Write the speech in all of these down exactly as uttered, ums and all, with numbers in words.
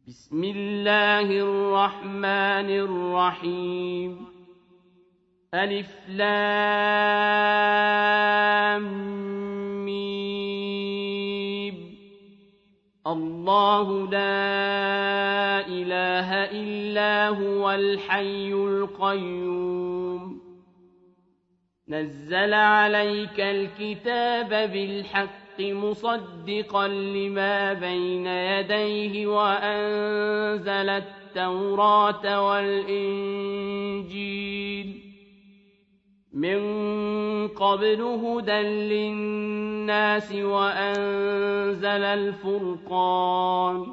بسم الله الرحمن الرحيم ألف لام ميم الله لا إله إلا هو الحي القيوم نزل عليك الكتاب بالحق مصدقا لما بين يديه وأنزل التوراة والإنجيل من قبل هدى للناس وأنزل الفرقان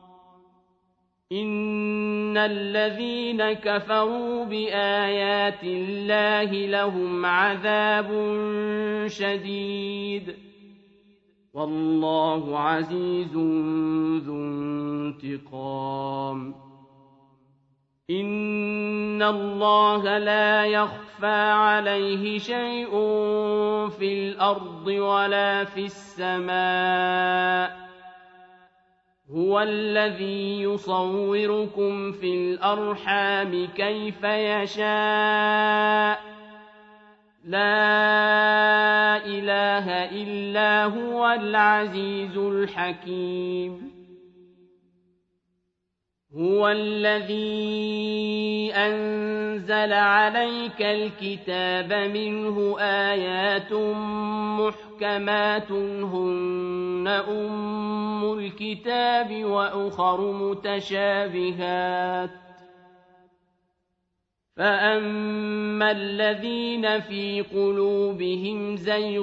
إن الذين كفروا بآيات الله لهم عذاب شديد والله عزيز ذو انتقام إن الله لا يخفى عليه شيء في الأرض ولا في السماء هو الذي يصوركم في الأرحام كيف يشاء لا إله إلا هو العزيز الحكيم هو الذي أنزل عليك الكتاب منه آيات محكمات هن أم الكتاب وأخر متشابهات فأما الذين في قلوبهم زيغ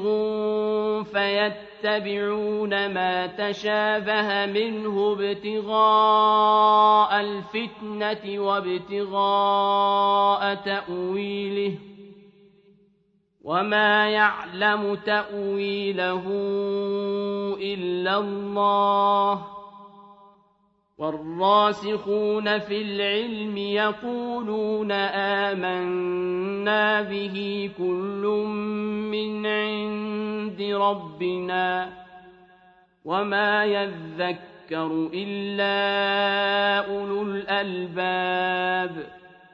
فيتبعون ما تشابه منه ابتغاء الفتنة وابتغاء تأويله وما يعلم تأويله إلا الله والراسخون في العلم يقولون آمنا به كل من عند ربنا وما يذكر إلا أولو الألباب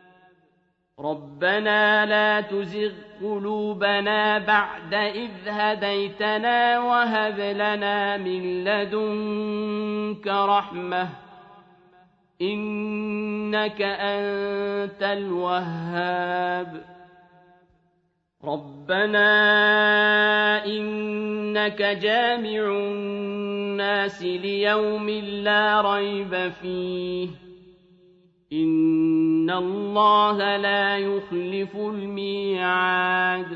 ربنا لا تزغ قلوبنا بعد إذ هديتنا وهب لنا من لدنك رحمة إنك أنت الوهاب ربنا إنك جامع الناس ليوم لا ريب فيه إن الله لا يخلف الميعاد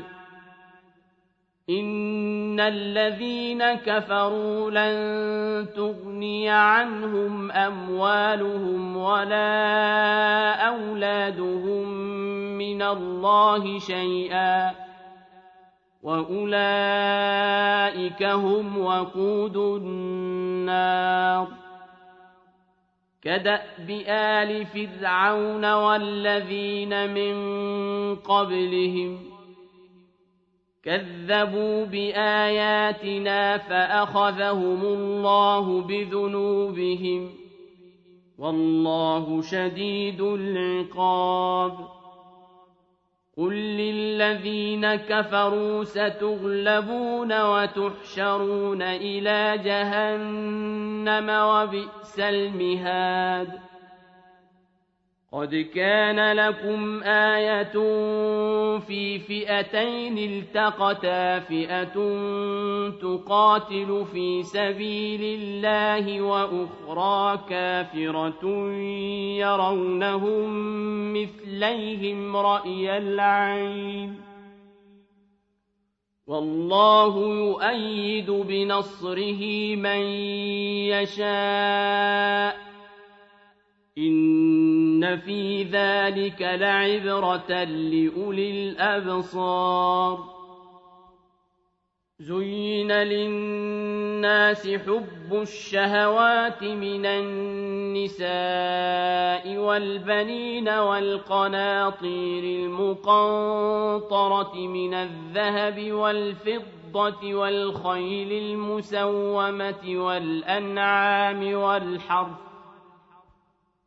إن الذين كفروا لن تغني عنهم أموالهم ولا أولادهم من الله شيئا وأولئك هم وقود النار كدأب آل فرعون والذين من قبلهم كذبوا بآياتنا فأخذهم الله بذنوبهم والله شديد العقاب قل للذين كفروا ستغلبون وتحشرون إلى جهنم وبئس المهاد قد كان لكم آية في فئتين التقتا فئة تقاتل في سبيل الله وأخرى كافرة يرونهم مثليهم رأي العين والله يؤيد بنصره من يشاء إن في ذلك لعبرة لأولي الأبصار زين للناس حب الشهوات من النساء والبنين والقناطير المقنطرة من الذهب والفضة والخيل المسومة والأنعام والحرث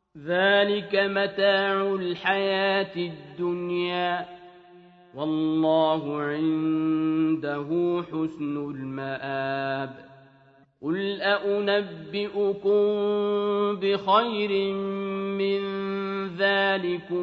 ذلك متاع الحياة الدنيا والله عنده حسن المآب قل أنبئكم بخير من ذلكم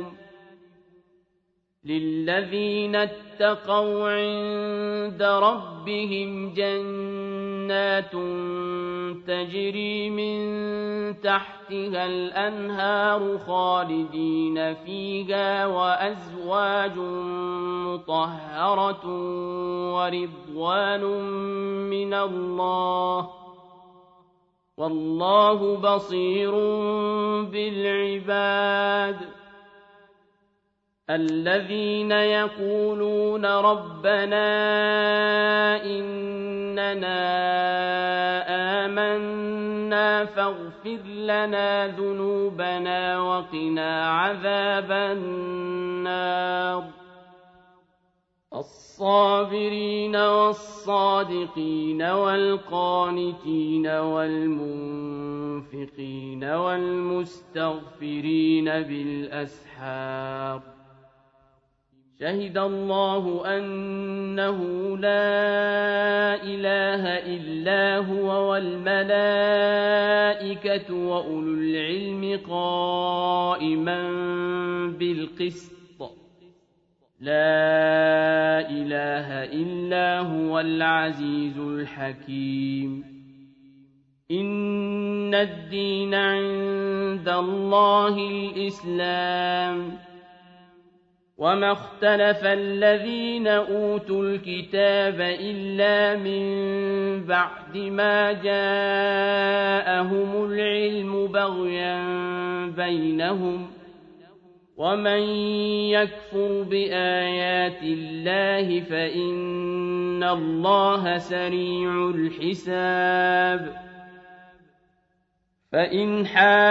للذين اتقوا عند ربهم جنات تجري من تحتها الأنهار خالدين فيها وأزواج مطهرة ورضوان من الله والله بصير بالعباد الذين يقولون ربنا إننا آمنا فاغفر لنا ذنوبنا وقنا عذاب النار الصابرين والصادقين والقانتين والمنفقين والمستغفرين بالأسحار شهد الله أنه لا إله إلا هو والملائكة وأولو العلم قائما بالقسط لا إله إلا هو العزيز الحكيم إن الدين عند الله الإسلام وما اختلف الذين أوتوا الكتاب إلا من بعد ما جاءهم العلم بغيا بينهم ومن يكفر بآيات الله فإن الله سريع الحساب فإن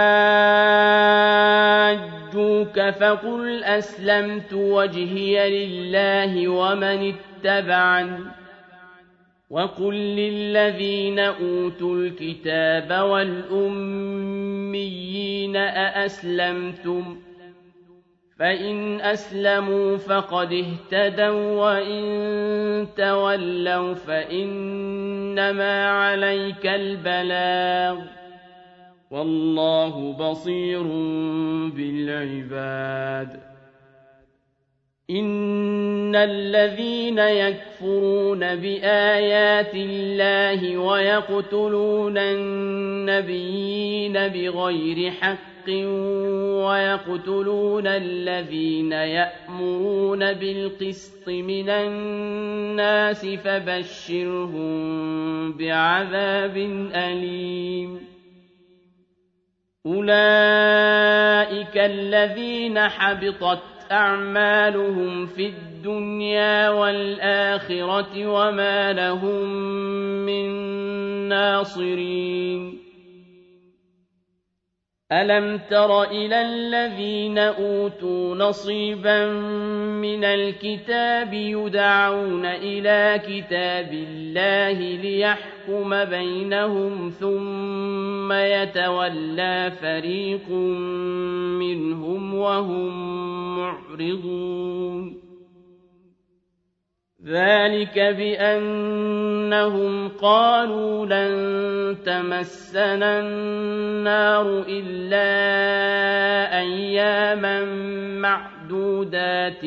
حاجوك فقل أسلمت وجهي لله ومن اتبعني وقل للذين أوتوا الكتاب والأميين أأسلمتم فإن أسلموا فقد اهتدوا وإن تولوا فإنما عليك البلاغ والله بصير بالعباد إن الذين يكفرون بآيات الله ويقتلون النبيين بغير حق ويقتلون الذين يأمرون بالقسط من الناس فبشرهم بعذاب أليم أولئك الذين حبطت أعمالهم في الدنيا والآخرة وما لهم من ناصرين ألم تر إلى الذين أوتوا نصيبا من الكتاب يدعون إلى كتاب الله ليحكم بينهم ثم يتولى فريق منهم وهم معرضون ذلك بأنهم قالوا لن تمسنا النار إلا أياما معدودات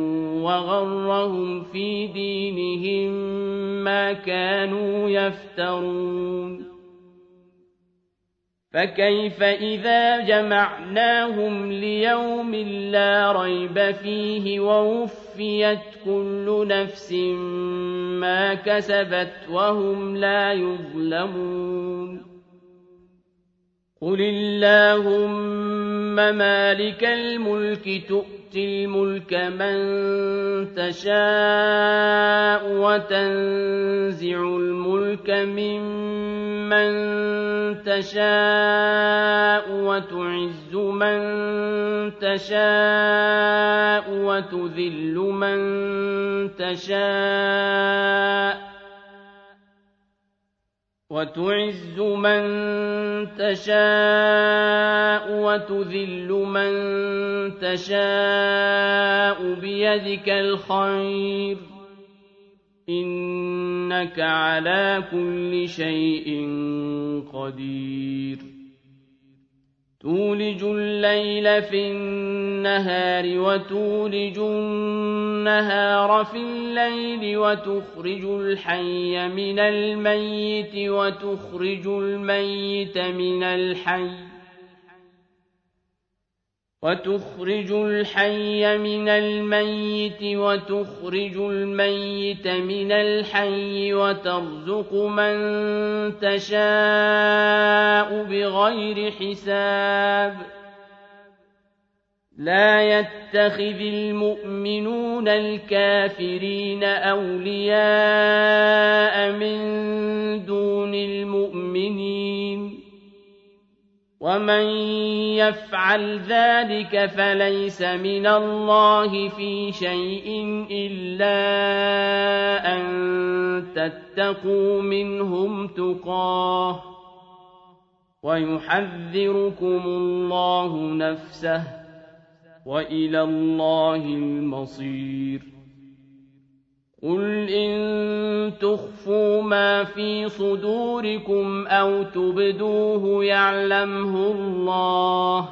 وغرهم في دينهم ما كانوا يفترون فكيف إذا جمعناهم ليوم لا ريب فيه ووفيت كل نفس ما كسبت وهم لا يظلمون قل اللهم مالك الملك تؤتي الملك من تشاء وتنزع الملك ممن تشاء وتعز من تشاء وتذل من تشاء وتعز من تشاء وتذل من تشاء بيدك الخير إنك على كل شيء قدير تولج الليل في النهار وتولج النهار في الليل وتخرج الحي من الميت وتخرج الميت من الحي وتخرج الحي من الميت وتخرج الميت من الحي وترزق من تشاء بغير حساب لا يتخذ المؤمنون الكافرين أولياء من دون المؤمنين ومن يفعل ذلك فليس من الله في شيء إلا أن تتقوا منهم تقاه ويحذركم الله نفسه وإلى الله المصير قل إن تخفوا ما في صدوركم أو تبدوه يعلمه الله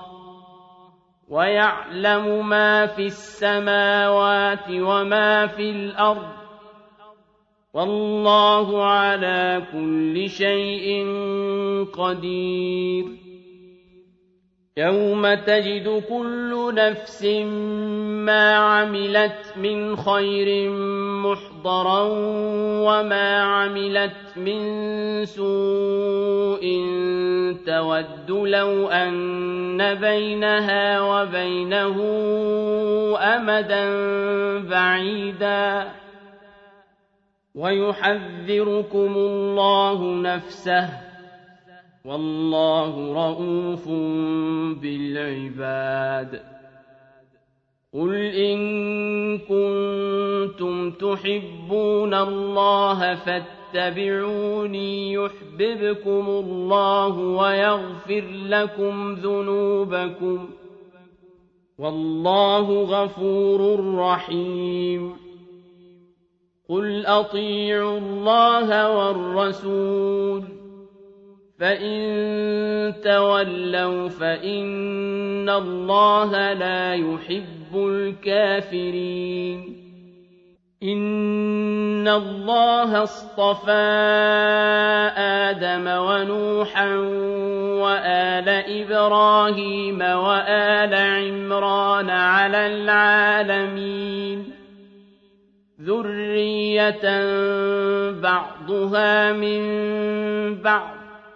ويعلم ما في السماوات وما في الأرض والله على كل شيء قدير يوم تجد كل نفس ما عملت من خير محضرا وما عملت من سوء تود لو أن بينها وبينه أمدا بعيدا ويحذركم الله نفسه والله رءوف بالعباد قل إن كنتم تحبون الله فاتبعوني يحببكم الله ويغفر لكم ذنوبكم والله غفور رحيم قل أطيعوا الله والرسول فإن تولوا فإن الله لا يحب الكافرين إن الله اصطفى آدم ونوحا وآل إبراهيم وآل عمران على العالمين ذرية بعضها من بعض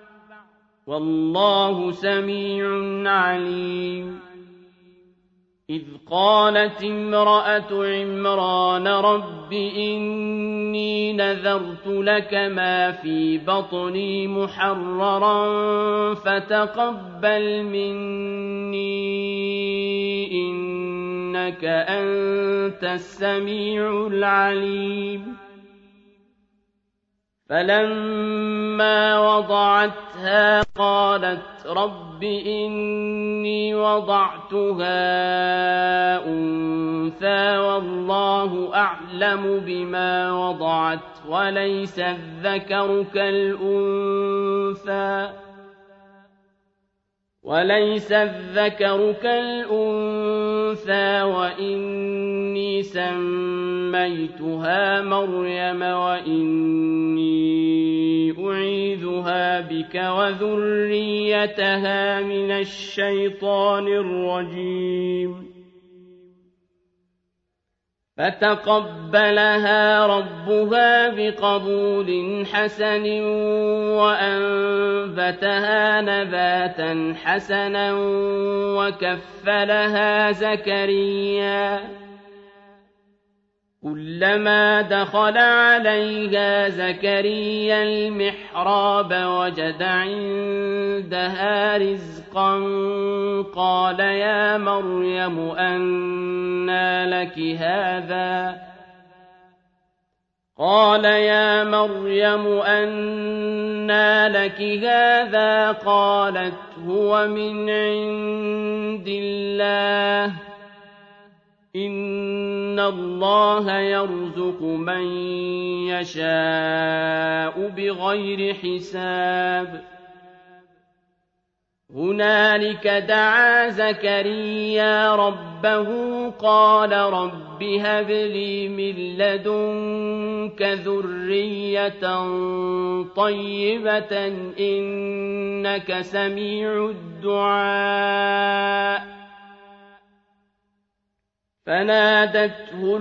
والله سميع عليم إذ قالت امرأة عمران رب إني نذرت لك ما في بطني محررا فتقبل مني إنك أنت السميع العليم فلما وضعتها قالت رب إني وضعتها أنثى والله أعلم بما وضعت وليس الذكر كالأنثى وليس الذكر كالأنثى وإني سميتها مريم وإني أعيذها بك وذريتها من الشيطان الرجيم فتقبلها ربها بقبول حسن وأنبتها نباتا حسنا وكفلها زكريا كلما دخل عليها زكريا المحراب وجد عندها رزقا قال يا مريم أنى لك هذا قال يا مريم أنى لك هذا قالت هو من عند الله إن الله يرزق من يشاء بغير حساب هنالك دعا زكريا ربه قال رب هب لي من لدنك ذرية طيبة إنك سميع الدعاء فنادته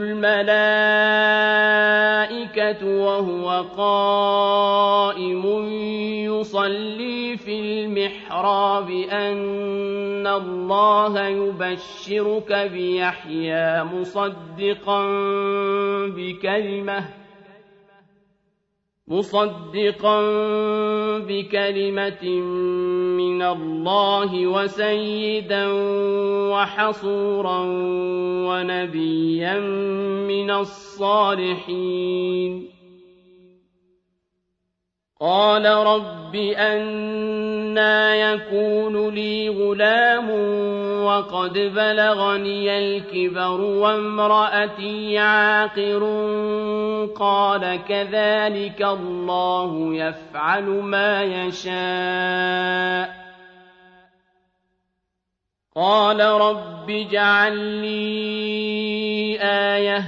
الملائكة وهو قائم يصلي في المحراب أن الله يبشرك بيحيى مصدقا بكلمة مصدقا بكلمة من الله وسيدا وحصورا ونبيا من الصالحين قال رب أنى يكون لي غلام وقد بلغني الكبر وامرأتي عاقر قال كذلك الله يفعل ما يشاء قال رب اجعل لي آية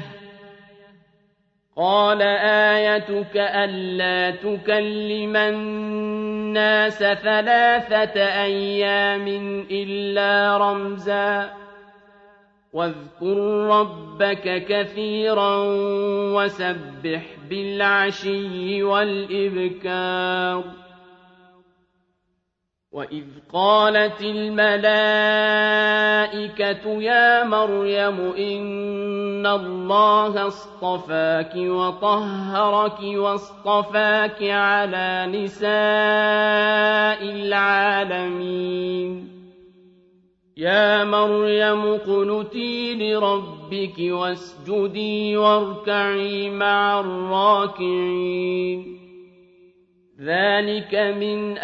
قال آيتك ألا تكلم الناس ثلاثة أيام إلا رمزا واذكر ربك كثيرا وسبح بالعشي والإبكار وإذ قالت الملائكة يا مريم إن الله اصطفاك وطهرك واصطفاك على نساء العالمين يا مريم اقنتي لربك واسجدي واركعي مع الراكعين ذلك من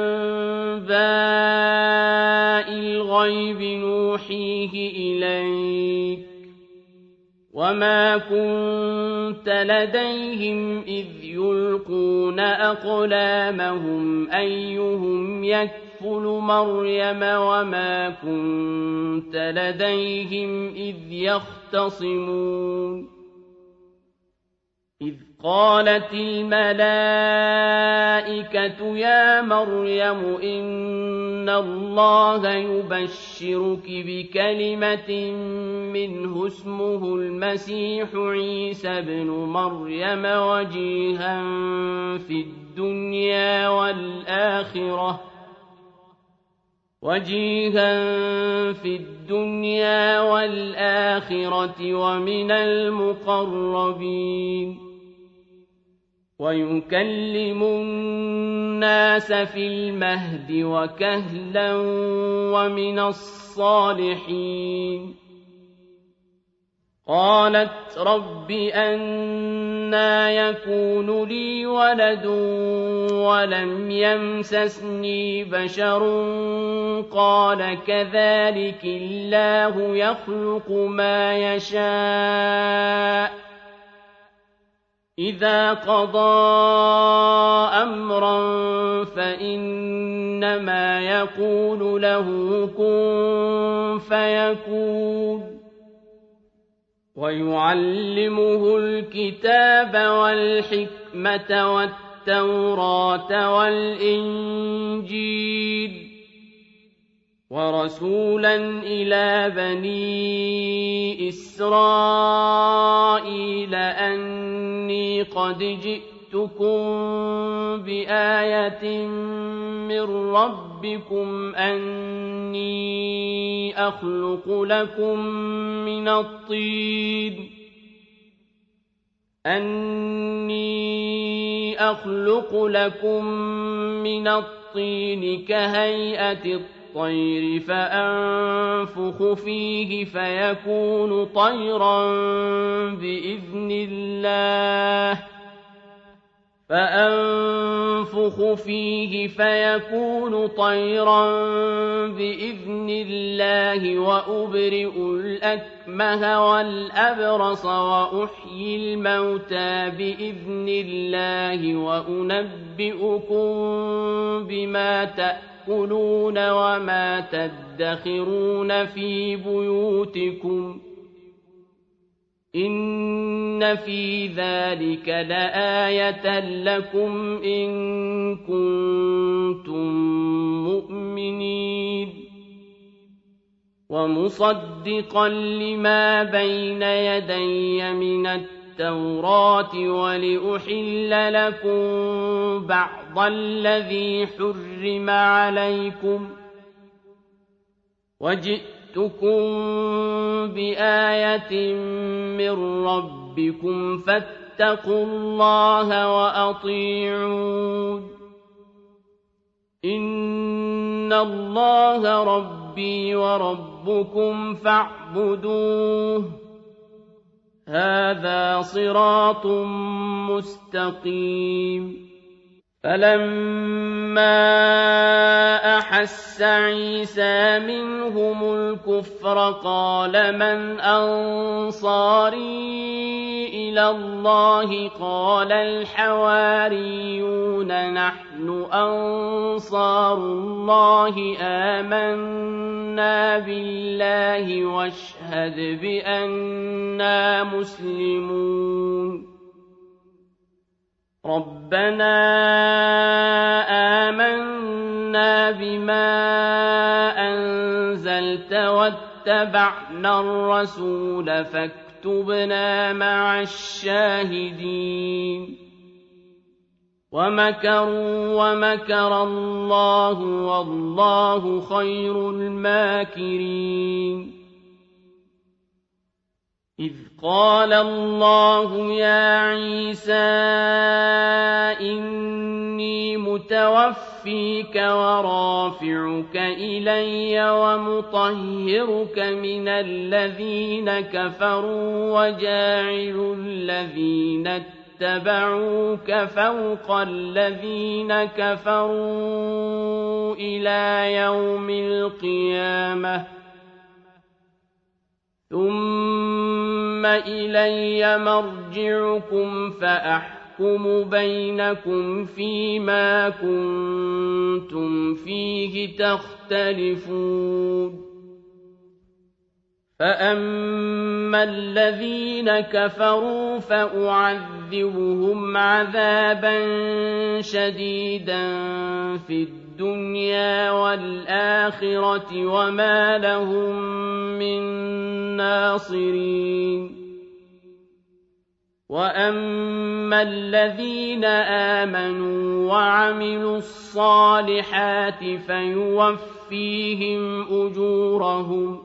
أنباء الغيب نوحيه إليك وما كنت لديهم إذ يلقون أقلامهم أيهم يكفل مريم وما كنت لديهم إذ يختصمون إذ قالت الملائكة يا مريم إن الله يبشرك بكلمة منه اسمه المسيح عيسى ابن مريم وجيها في الدنيا والآخرة وجيها في الدنيا والآخرة ومن المقربين ويكلم الناس في المهد وكهلا ومن الصالحين قالت رب أنى يكون لي ولد ولم يمسسني بشر قال كذلك الله يخلق ما يشاء إذا قضى أمرا فإنما يقول له كن فيكون ويعلمه الكتاب والحكمة والتوراة والإنجيل ورسولا إلى بني إسرائيل أني قد جئتكم بآية من ربكم أني أخلق لكم من الطين أني أخلق لكم من الطين كهيئة الطير فأنفخ فيه فيكون طيرا بإذن الله فأنفخ فيه فيكون طيرا بإذن الله وأبرئ الأكمه والأبرص وأحيي الموتى بإذن الله وأنبئكم بما تأكلون وما تدخرون في بيوتكم إن في ذلك لآية لكم إن كنتم مؤمنين ومصدقا لما بين يدي من التوراة ولأحل لكم بعض الذي حرم عليكم وجئتكم بآية من ربكم فاتقوا الله وأطيعون إن الله ربي وربكم فاعبدوه هذا صراط مستقيم فلما أحس عيسى منهم الكفر قال من أنصاري إلى الله قال الحواريون نحن أنصار الله آمنا بالله واشهد بأننا مسلمون ربنا آمنا بما أنزلت واتبعنا الرسول فاكتبنا مع الشاهدين ومكروا ومكر الله والله خير الماكرين إذ قال الله يا عيسى إني متوفيك ورافعك إلي ومطهرك من الذين كفروا وجاعل الذين اتبعوك فوق الذين كفروا إلى يوم القيامة ثم إلي مرجعكم فأحكم بينكم فيما كنتم فيه تختلفون فأما الذين كفروا فأعذبهم عذابا شديدا في الدنيا الدنيا والآخرة وما لهم من ناصرين وأما الذين آمنوا وعملوا الصالحات فيوفيهم أجورهم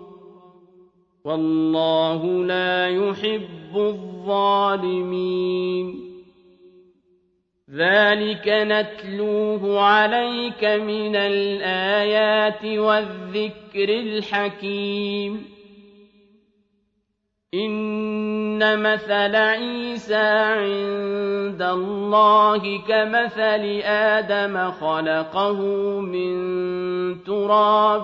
والله لا يحب الظالمين ذلك نتلوه عليك من الآيات والذكر الحكيم إن مثل عيسى عند الله كمثل آدم خلقه من تراب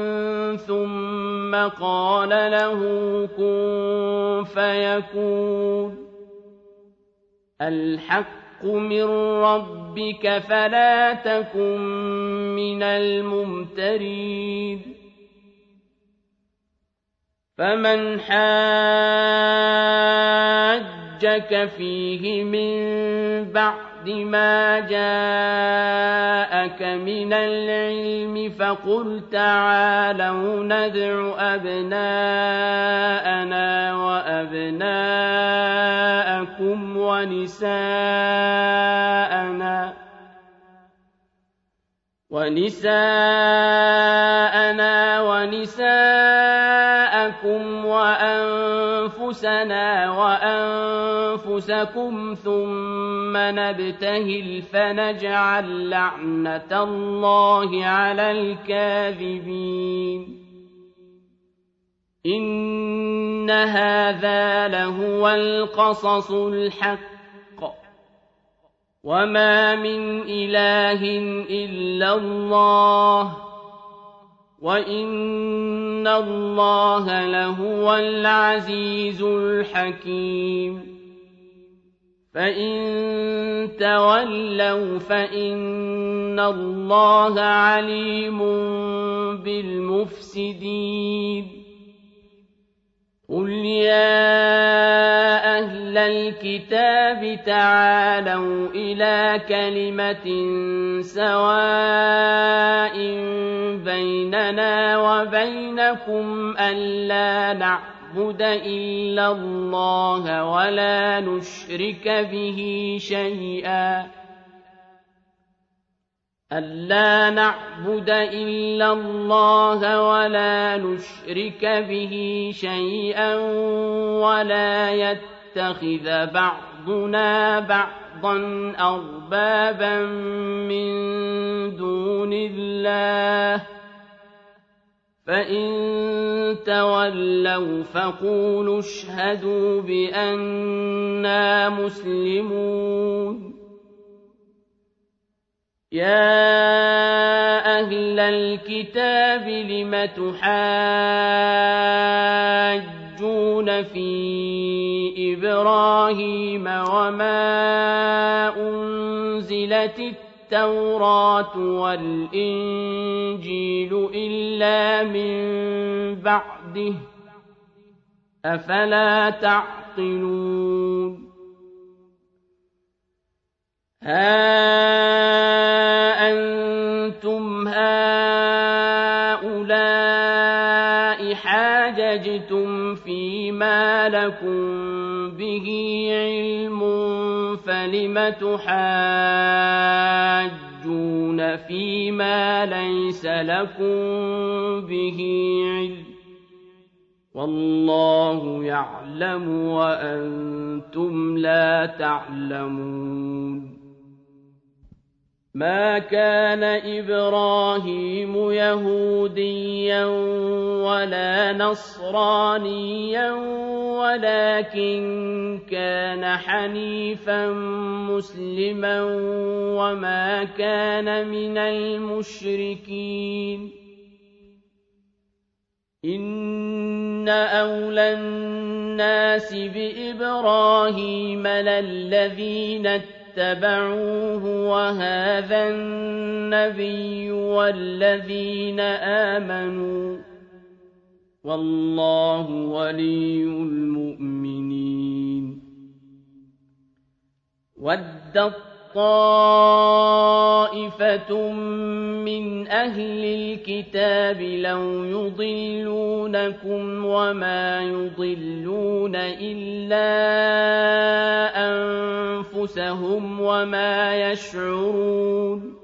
ثم قال له كن فيكون الحق من ربك فلا تكن من الممترين فمن حاجك فيه من بعد ما جاءك من العلم فقل تعالوا ندع أبناءنا وأبناءكم ونساءنا ونساءنا ونساءكم وأنفسنا وأنفسكم ثم نبتهل فنجعل لعنة الله على الكاذبين إن هذا لهو القصص الحق وما من إله إلا الله وإن الله لهو العزيز الحكيم فإن تولوا فإن الله عليم بالمفسدين قل يا أهل الكتاب تعالوا إلى كلمة سواء بيننا وبينكم ألا نعبد إلا الله ولا نشرك به شيئا ألا نعبد إلا الله ولا نشرك به شيئا ولا يتخذ بعضنا بعضا أربابا من دون الله فإن تولوا فقولوا اشهدوا بأننا مسلمون يا أهل الكتاب لم تحاجون في إبراهيم وما أنزلت التوراة والإنجيل إلا من بعده أفلا تعقلون ها أنتم هؤلاء حاججتم فيما لكم به علم فلم تحاجون فيما ليس لكم به علم والله يعلم وأنتم لا تعلمون ما كان إبراهيم يهوديا ولا نصرانيا ولكن كان حنيفا مسلما وما كان من المشركين إن أولى الناس بإبراهيم للذين اتبعوه وهذا النبي والذين آمنوا والله ولي المؤمنين ودت طائفة من أهل الكتاب لو يضلونكم وما يضلون إلا أنفسهم وما يشعرون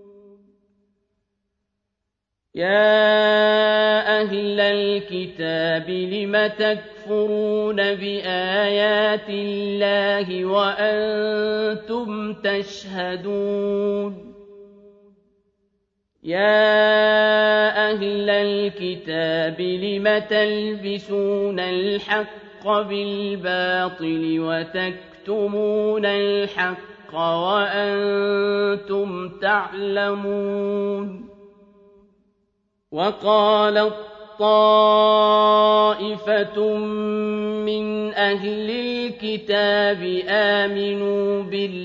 يا أهل الكتاب لم تكفرون بآيات الله وأنتم تشهدون يا أهل الكتاب لم تلبسون الحق بالباطل وتكتمون الحق وأنتم تعلمون وقالت طائفة من أهل الكتاب آمنوا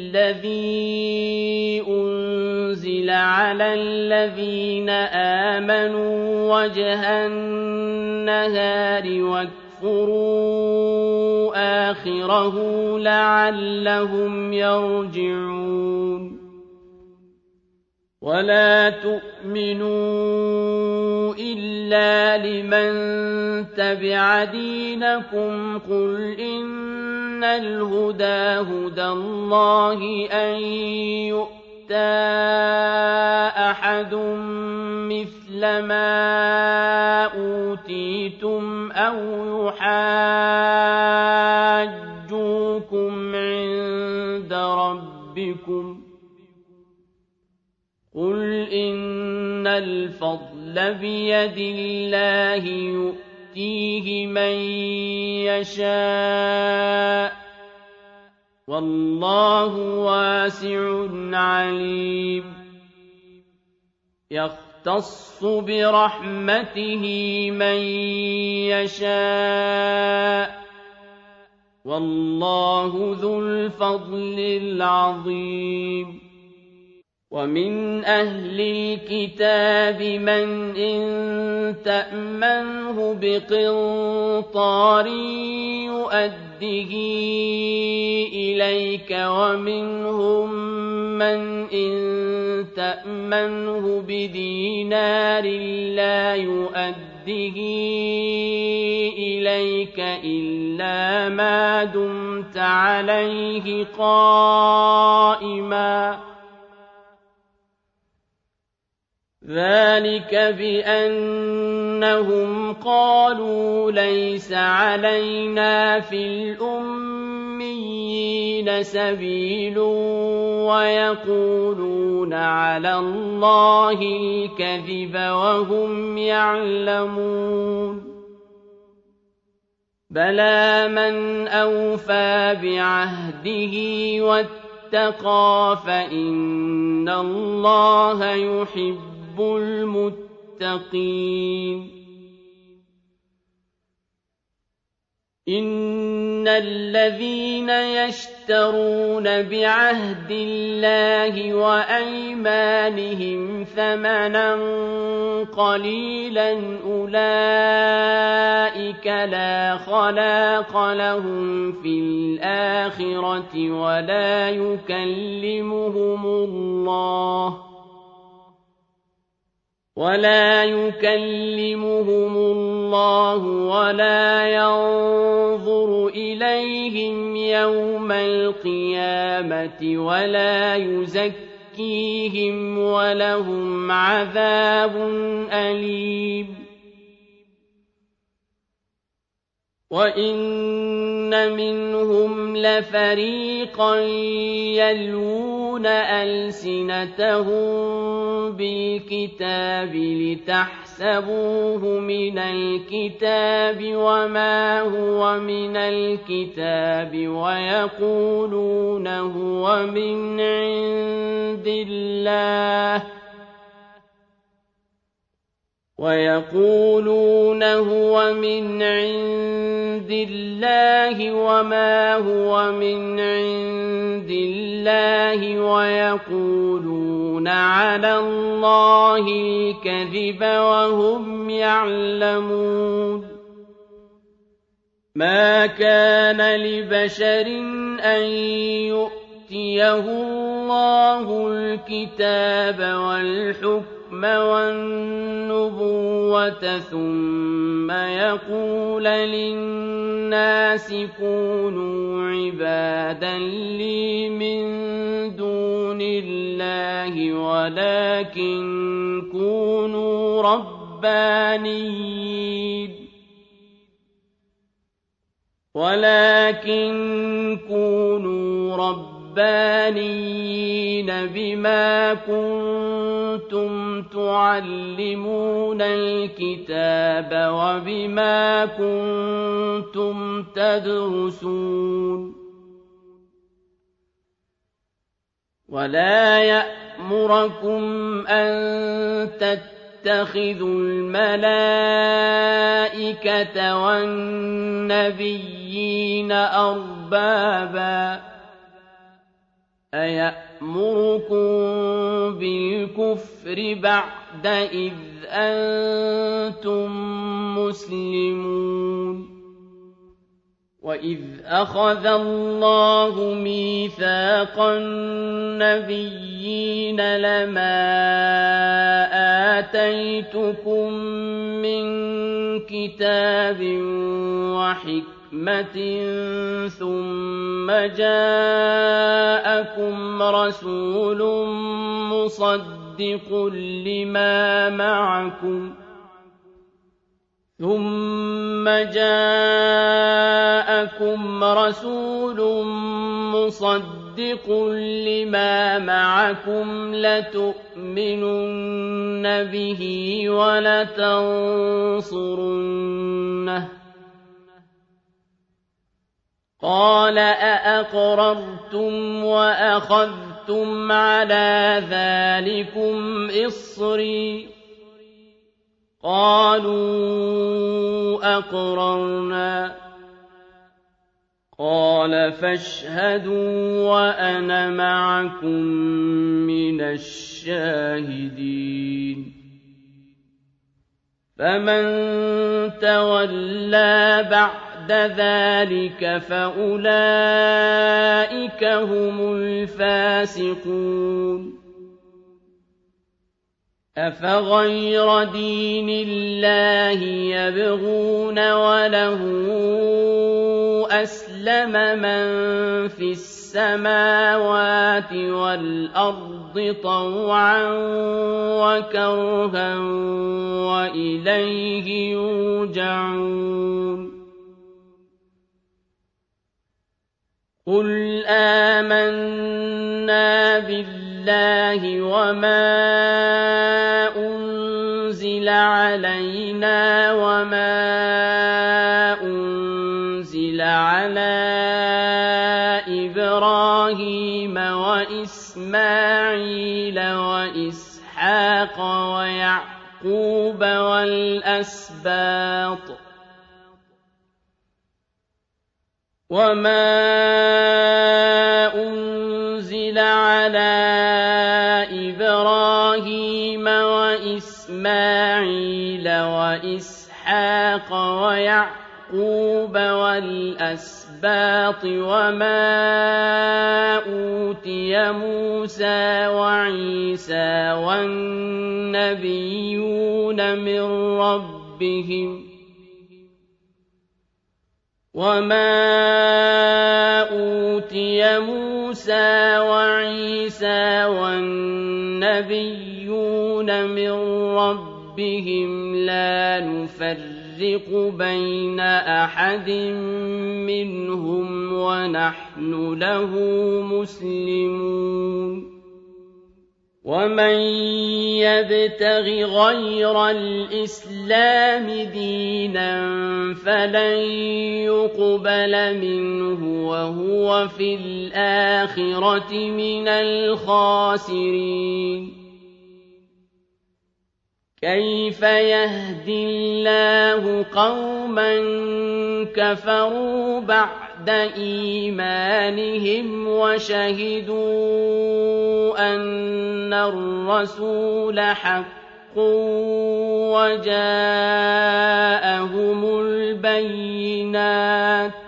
بالذي أنزل على الذين آمنوا وجه النهار واكفروا آخره لعلهم يرجعون ولا تؤمنوا إلا لمن تبع دينكم قل إن الهدى هدى الله أن يؤتى أحد مثل ما أوتيتم أو يحاجوكم عند ربكم قل إن الفضل بيد الله يؤتيه من يشاء والله واسع عليم يختص برحمته من يشاء والله ذو الفضل العظيم ومن أهل الكتاب من إن تأمنه بقنطار يؤده إليك ومنهم من إن تأمنه بدينار لا يؤده إليك إلا ما دمت عليه قائما ذلك بأنهم قالوا ليس علينا في الأميين سبيل ويقولون على الله الكذب وهم يعلمون بلى من أوفى بعهده واتقى فإن الله يحب المتقين إن الذين يشترون بعهد الله وأيمانهم ثمنا قليلا أولئك لا خلاق لهم في الآخرة ولا يكلمهم الله ولا يكلمهم الله ولا ينظر إليهم يوم القيامة ولا يزكيهم ولهم عذاب أليم وإن منهم لفريقا يلوون ألسنتهم بالكتاب لتحسبوه من الكتاب وما هو من الكتاب ويقولون هو من عند الله ويقولون هو من عند الله وما هو من عند الله ويقولون على الله الكذب وهم يعلمون ما كان لبشر أن يؤتيه الله الكتاب والحكم والنبوة ثم يقول للناس كونوا عبادا لي من دون الله ولكن كونوا ربانيين ولكن كونوا ربانيين ربانيين بما كنتم تعلمون الكتاب وبما كنتم تدرسون ولا يأمركم أن تتخذوا الملائكة والنبيين أربابا أيأمركم بالكفر بعد إذ أنتم مسلمون وإذ أخذ الله ميثاق النبيين لما آتيتكم من كتاب وحكمة ثم جاءكم رسول مصدق لما معكم ثم جاءكم رسول مصدق لما معكم لتؤمنن به ولتنصرنه قال أأقررتم وأخذتم على ذلكم إصري قالوا أقررنا قال فاشهدوا وأنا معكم من الشاهدين فمن تولى بعد ذلك فأولئك هم الفاسقون أفغير دين الله يبغون وله أسلم من في السماوات والأرض طوعا وكرها وإليه يرجعون قل آمنا بالله وما أنزل علينا وما أنزل على إبراهيم وإسماعيل وإسحاق ويعقوب والأسباط وما أنزل على إبراهيم وإسماعيل وإسحاق ويعقوب والأسباط وما أوتي موسى وعيسى والنبيون من ربهم وما أوتي موسى وعيسى والنبيون من ربهم لا نفرق بين أحد منهم ونحن له مسلمون ومن يبتغ غير الإسلام دينا فلن يقبل منه وهو في الآخرة من الخاسرين كيف يهدي الله قوما كفروا بعد إيمانهم وشهدوا أن الرسول حق وجاءهم البينات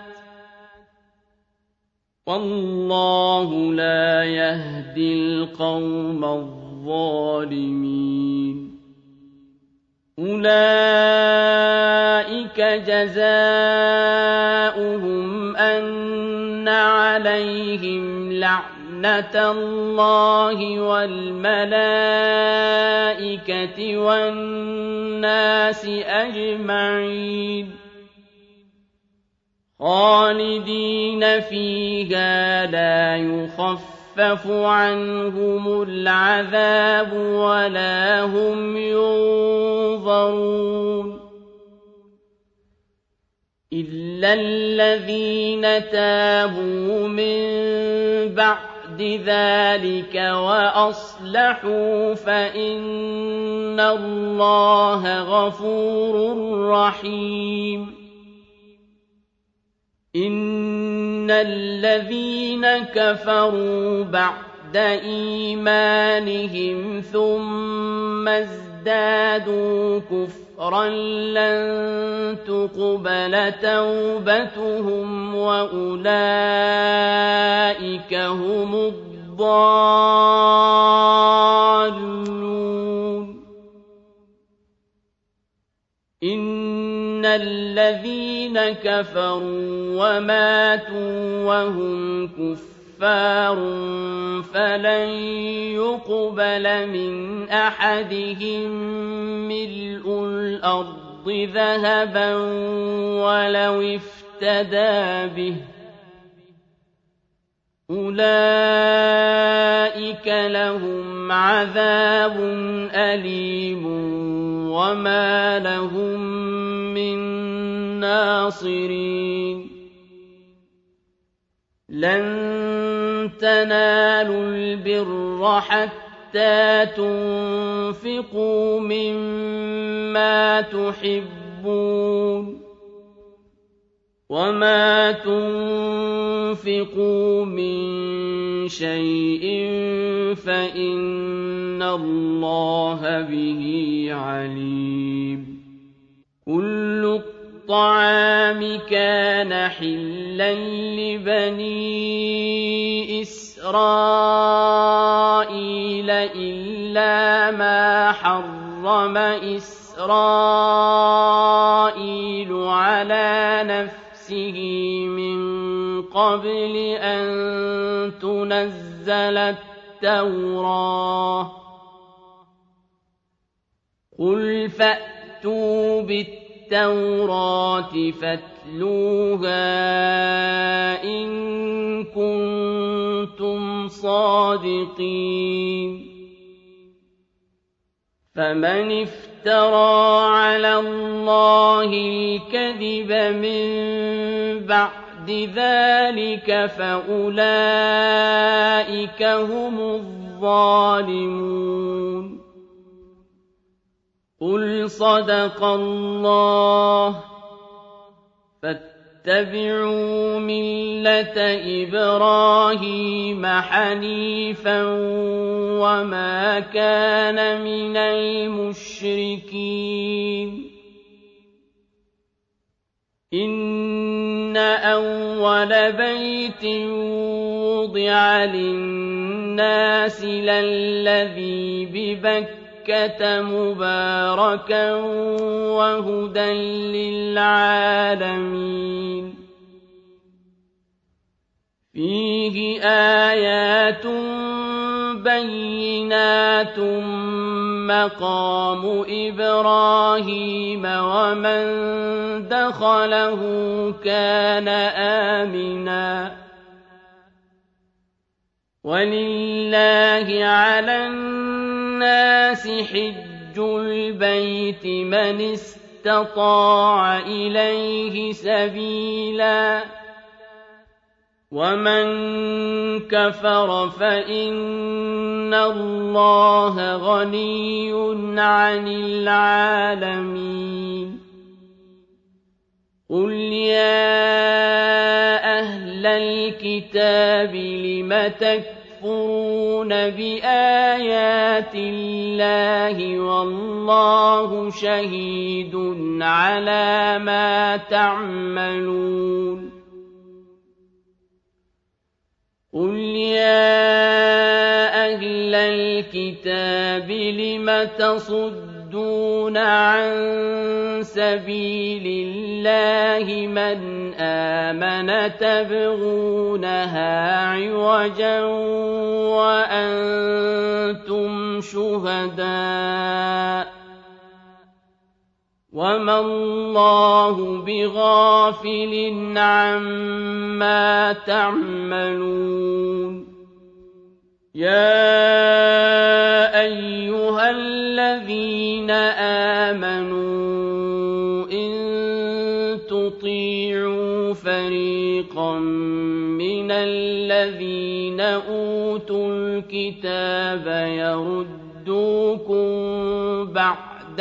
والله لا يهدي القوم الظالمين أولئك جزاؤهم أن عليهم لعنة الله والملائكة والناس أجمعين خالدين فيها لا يخفف يخفف عنهم العذاب ولا هم ينظرون إلا الذين تابوا من بعد ذلك وأصلحوا فإن الله غفور رحيم إن الذين كفروا بعد إيمانهم ثم ازدادوا كفرا لن تقبل توبتهم وأولئك هم الضالون إن الذين كفروا وماتوا وهم كفار فلن يقبل من أحدهم ملء الأرض ذهبا ولو افتدى به أولئك لهم عذاب أليم وما لهم من ناصرين لن تنالوا البر حتى تنفقوا مما تحبون وما تنفقوا من شيء فإن الله به عليم كل الطعام كان حلا لبني إسرائيل إلا ما حرم إسرائيل على نفسه من قبل أن تنزل التوراة قل فأتوا بالتوراة فاتلوها إن كنتم صادقين فمن افترى على الله الكذب من بعد ذلك فأولئك هم الظالمون قل صدق الله فاتبعوا ملة إبراهيم حنيفا وما كان من المشركين إن أول بيت وضع للناس للذي ببكة مباركا وهدى للعالمين فيه آيات بينات مقام إبراهيم ومن دخله كان آمنا ولله على الناس حج البيت من استطاع إليه سبيلا ومن كفر فإن الله غني عن العالمين قل يا أهل الكتاب لم تكفرون بآيات الله والله شهيد على ما تعملون قل يا أهل الكتاب لم تصدون عن سبيل الله من آمن تبغونها عوجا وأنتم شهداء وما الله بغافل عما تعملون يا أيها الذين آمنوا إن تطيعوا فريقا من الذين أوتوا الكتاب يردوكم بعد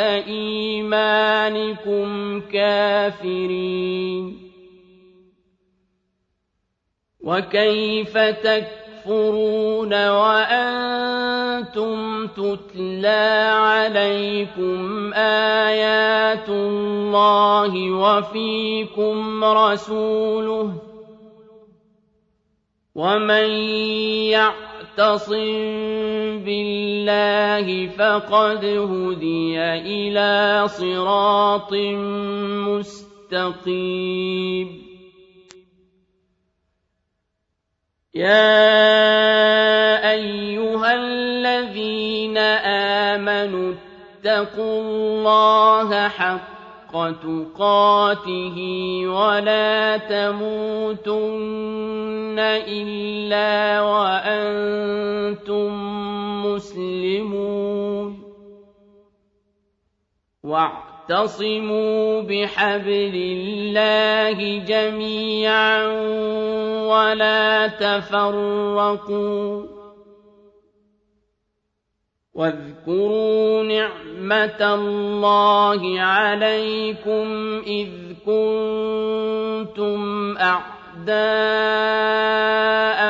إيمانكم كافرين وكيف تكفرون وأنتم تتلى عليكم آيات الله وفيكم رسوله ومن يعتصم بالله فقد هدي إلى صراط مستقيم يا أيها الذين آمنوا اتقوا الله حق تقاته ولا تموتن إلا وأنتم مسلمون واعتصموا بحبل الله جميعا ولا تفرقوا واذكروا نعمة الله عليكم إذ كنتم أعداء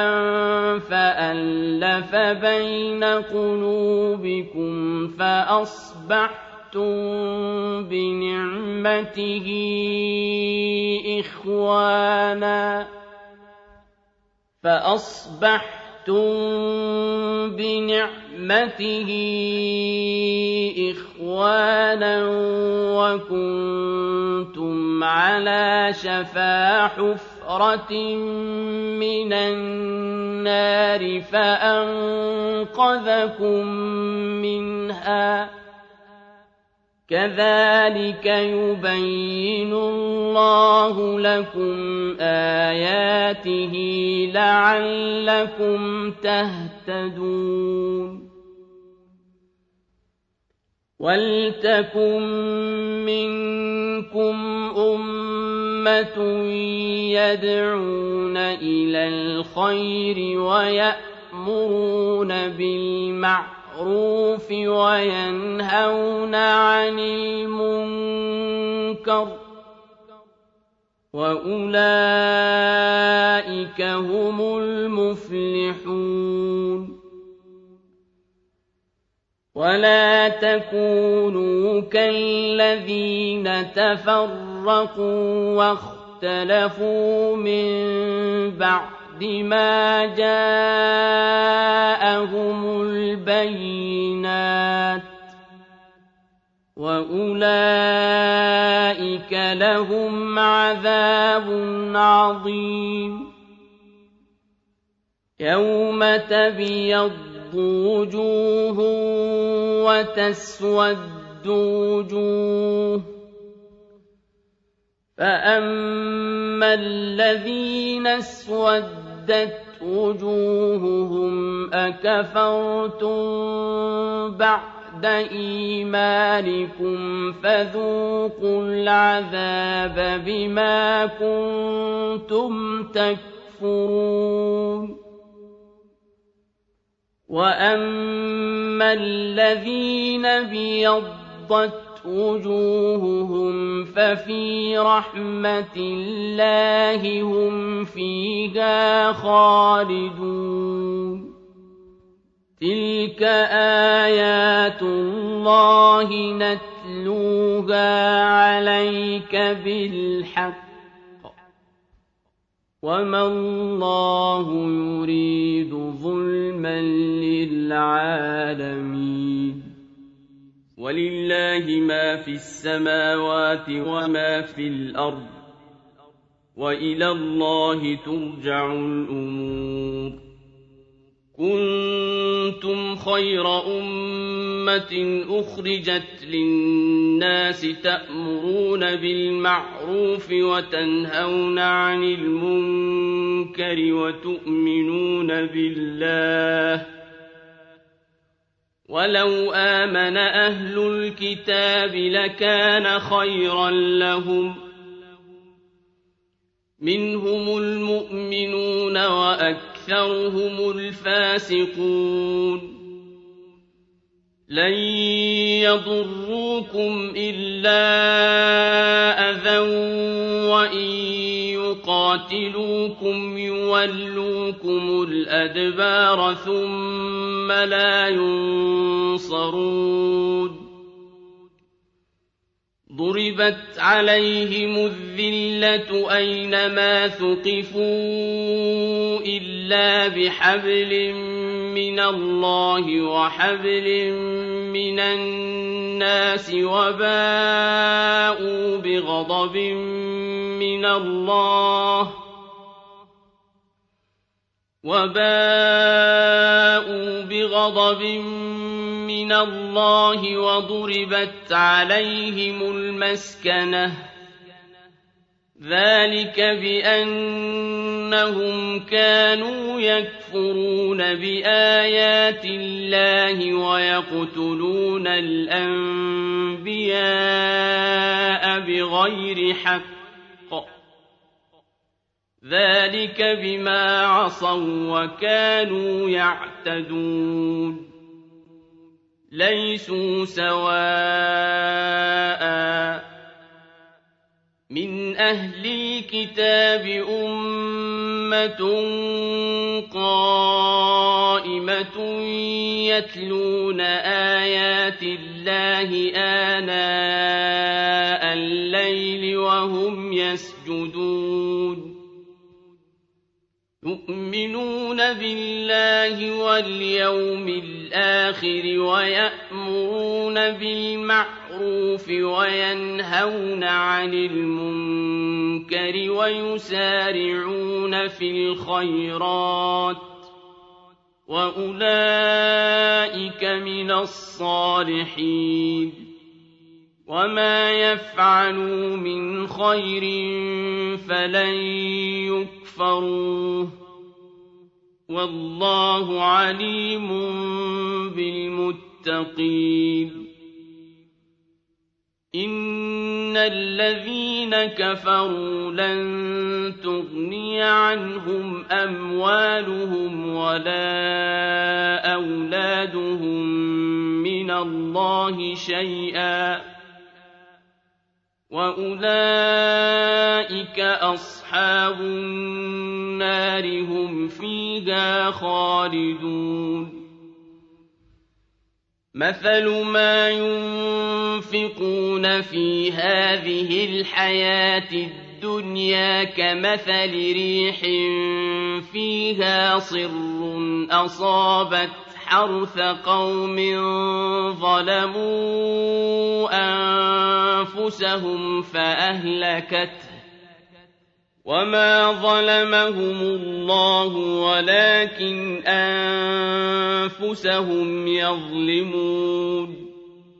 فألف بين قلوبكم فأصبحتم بنعمته إخوانا فأصبحتم بنعمته إخوانا وكنتم على شفا حفرة من النار فأنقذكم منها كذلك يبين الله لكم آياته لعلكم تهتدون ولتكن منكم أمة يدعون إلى الخير ويأمرون بالمعروف وينهون عن المنكر وأولئك هم المفلحون ولا تكونوا كالذين تفرقوا واختلفوا من بعد ما جاءهم البينات وأولئك لهم عذاب عظيم يوم تبيض وجوه وتسود وجوه فأما الذين اسودت وجوههم أكفرتم بعد إيمانكم فذوقوا العذاب بما كنتم تكفرون وأما الذين ابيضت وجوههم ففي رحمة الله هم فيها خالدون تلك آيات الله نتلوها عليك بالحق وما الله يريد ظلما للعالمين ولله ما في السماوات وما في الأرض وإلى الله ترجع الأمور كنتم خير أمة أخرجت للناس تأمرون بالمعروف وتنهون عن المنكر وتؤمنون بالله ولو آمن أهل الكتاب لكان خيرا لهم منهم المؤمنون وأكثرهم الفاسقون لن يضروكم إلا أذى وإن يقاتلوكم يولوكم الأدبار ثم لا ينصرون ضربت عليهم الذلة أينما ثقفوا إلا بحبل من الله وحبل من الناس وباءوا بغضب من الله وباءوا بغضب من الله وضربت عليهم المسكنة ذلك بأنهم كانوا يكفرون بآيات الله ويقتلون الأنبياء بغير حق ذلك بما عصوا وكانوا يعتدون ليسوا سواء من أهل الكتاب أمة قائمة يتلون آيات الله آناء الليل وهم يسجدون يؤمنون بالله واليوم الآخر ويأمرون بالمعروف وينهون عن المنكر ويسارعون في الخيرات وأولئك من الصالحين وما يفعلوا من خير فلن يكفروه والله عليم بالمتقين إن الذين كفروا لن تغني عنهم أموالهم ولا أولادهم من الله شيئا وأولئك أصحاب النار هم فيها خالدون مثل ما ينفقون في هذه الحياة الدنيا كمثل ريح فيها صر أصابت حرث قوم ظلموا أنفسهم فأهلكته وما ظلمهم الله ولكن أنفسهم يظلمون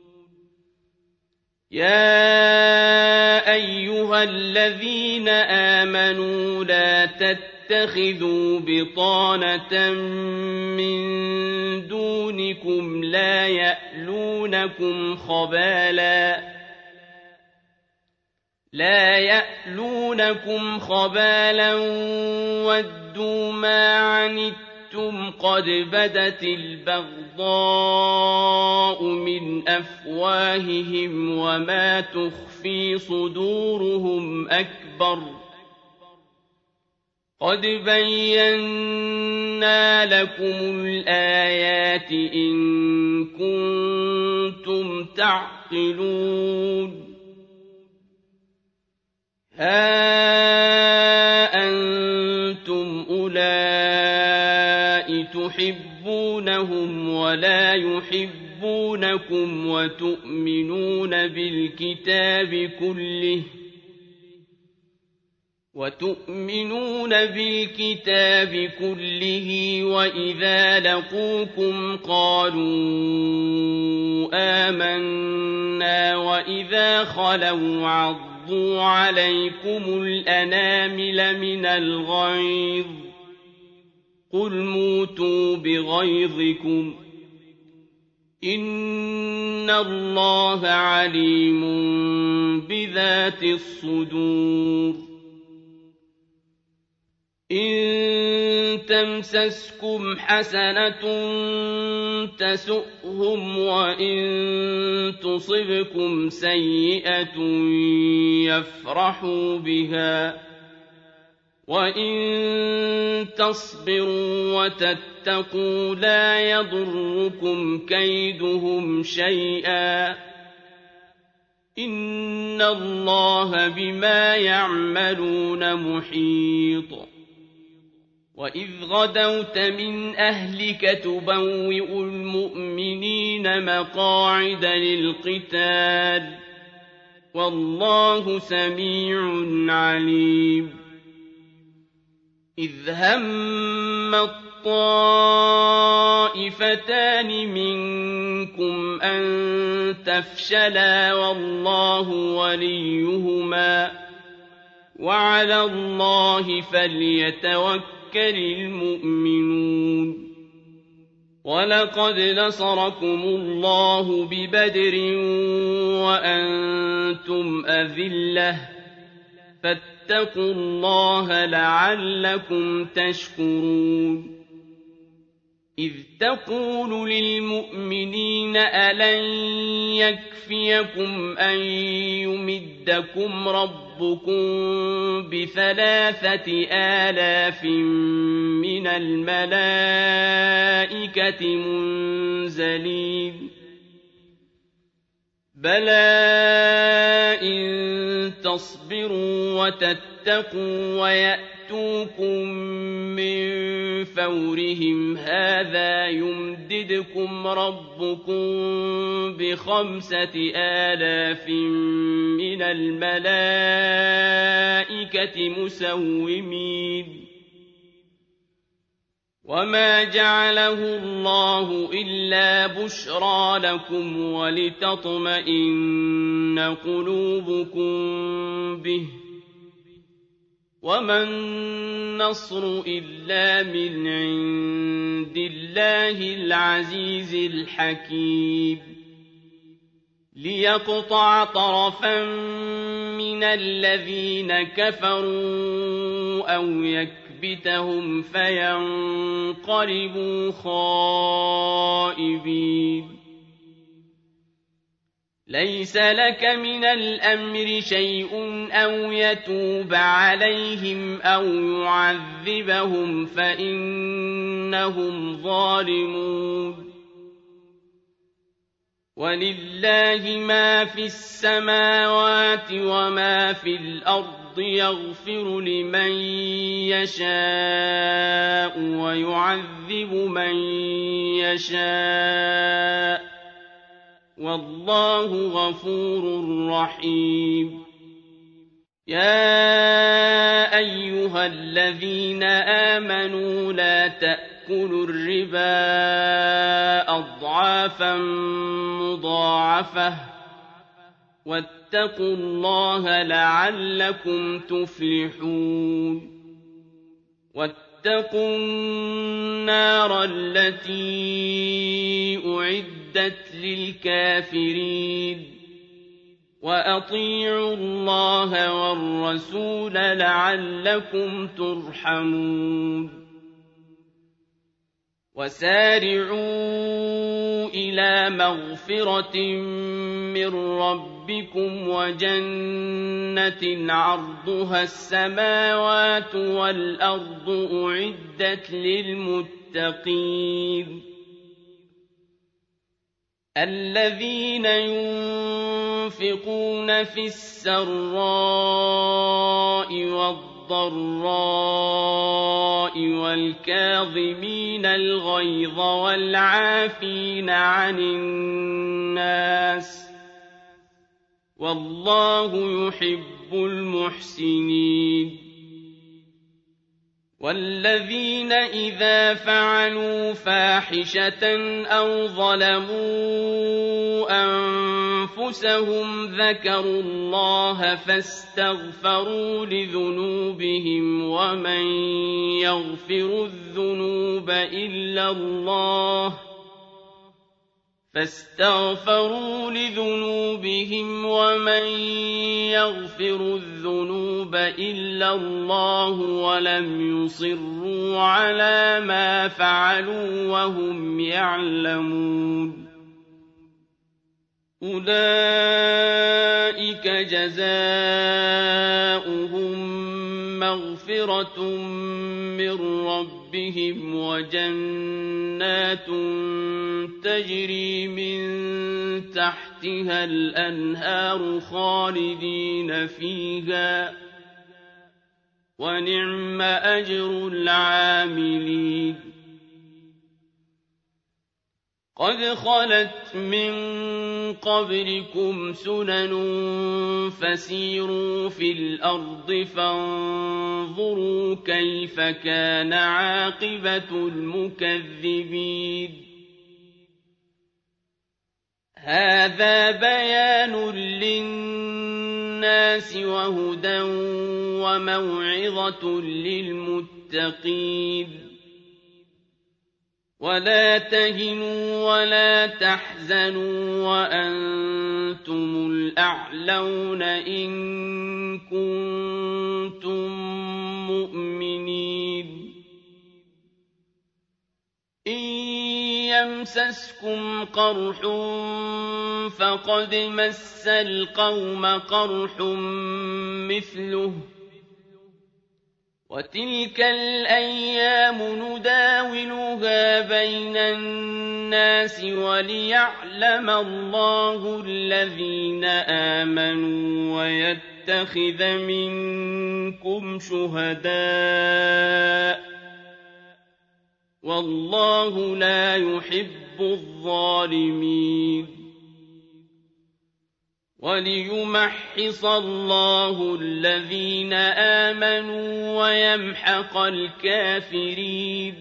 يا أيها الذين آمنوا لا تتخذوا بطانة من دونكم لا يألونكم خبالا لا يألونكم خبالا ودوا ما عنتم قد بدت البغضاء من أفواههم وما تخفي صدورهم أكبر قد بينا لكم الآيات إن كنتم تعقلون ها أنتم أولئك تحبونهم ولا يحبونكم وتؤمنون بالكتاب كله وتؤمنون بالكتاب كله وإذا لقوكم قالوا آمنا وإذا خلوا عضوا عليكم الأنامل من الغيظ قل موتوا بغيظكم إن الله عليم بذات الصدور إن تمسسكم حسنة تسؤهم وإن تصبكم سيئة يفرحوا بها وإن تصبروا وتتقوا لا يضركم كيدهم شيئا إن الله بما يعملون محيط وإذ غدوت من أهلك تبوئ المؤمنين مقاعد للقتال والله سميع عليم إذ هم الطائفتان منكم أن تفشلا والله وليهما وعلى الله فليتوكل المؤمنون ولقد نصركم الله ببدر وأنتم أذلة فاتقوا الله لعلكم تشكرون إذ تقول للمؤمنين ألن يكفيكم أن يمدكم ربكم بثلاثة آلاف من الملائكة منزلين بلى إن تصبروا وتتقوا ويأتوكم من فورهم هذا يمددكم ربكم بخمسة آلاف من الملائكة مسومين وما جعله الله إلا بشرى لكم ولتطمئن قلوبكم به وما النصر إلا من عند الله العزيز الحكيم ليقطع طرفا من الذين كفروا أو يكبتهم فينقلبوا خائبين ليس لك من الأمر شيء أو يتوب عليهم أو يعذبهم فإنهم ظالمون ولله ما في السماوات وما في الأرض يغفر لمن يشاء ويعذب من يشاء والله غفور رحيم يا أيها الذين آمنوا لا تأكلوا الربا أضعافا مضاعفة واتقوا الله لعلكم تفلحون واتقوا النار التي أعدت للكافرين وأطيعوا الله والرسول لعلكم ترحمون وسارعوا إلى مغفرة من ربكم وجنة عرضها السماوات والأرض أعدت للمتقين الذين ينفقون في السراء والضراء والكاظمين الغيظ والعافين عن الناس والله يحب المحسنين والذين إذا فعلوا فاحشة أو ظلموا أنفسهم ذكروا الله فاستغفروا لذنوبهم ومن يغفر الذنوب إلا الله فاستغفروا لذنوبهم ومن يغفر الذنوب إلا الله ولم يصروا على ما فعلوا وهم يعلمون أولئك جزاؤهم مغفرة من ربهم وجنات تجري من تحتها الأنهار خالدين فيها ونعم أجر العاملين قد خلت من قبلكم سنن فسيروا في الأرض فانظروا كيف كان عاقبة المكذبين هذا بيان للناس للناس وهدى وموعظة للمتقين ولا تهنوا ولا تحزنوا وأنتم الأعلون إن كنتم مؤمنين إن يمسسكم قرح فقد مس القوم قرح مثله وتلك الأيام نداولها بين الناس وليعلم الله الذين آمنوا ويتخذ منكم شهداء والله لا يحب الظالمين وليمحص الله الذين آمنوا ويمحق الكافرين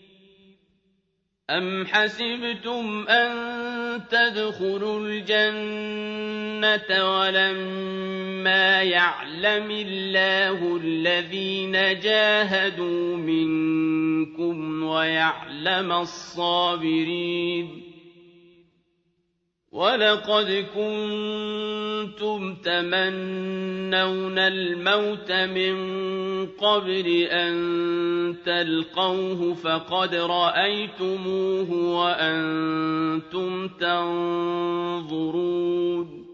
أم حسبتم أن تدخلوا الجنة ولما يعلم الله الذين جاهدوا منكم ويعلم الصابرين ولقد كنتم تمنون الموت من قبل أن تلقوه فقد رأيتموه وأنتم تنظرون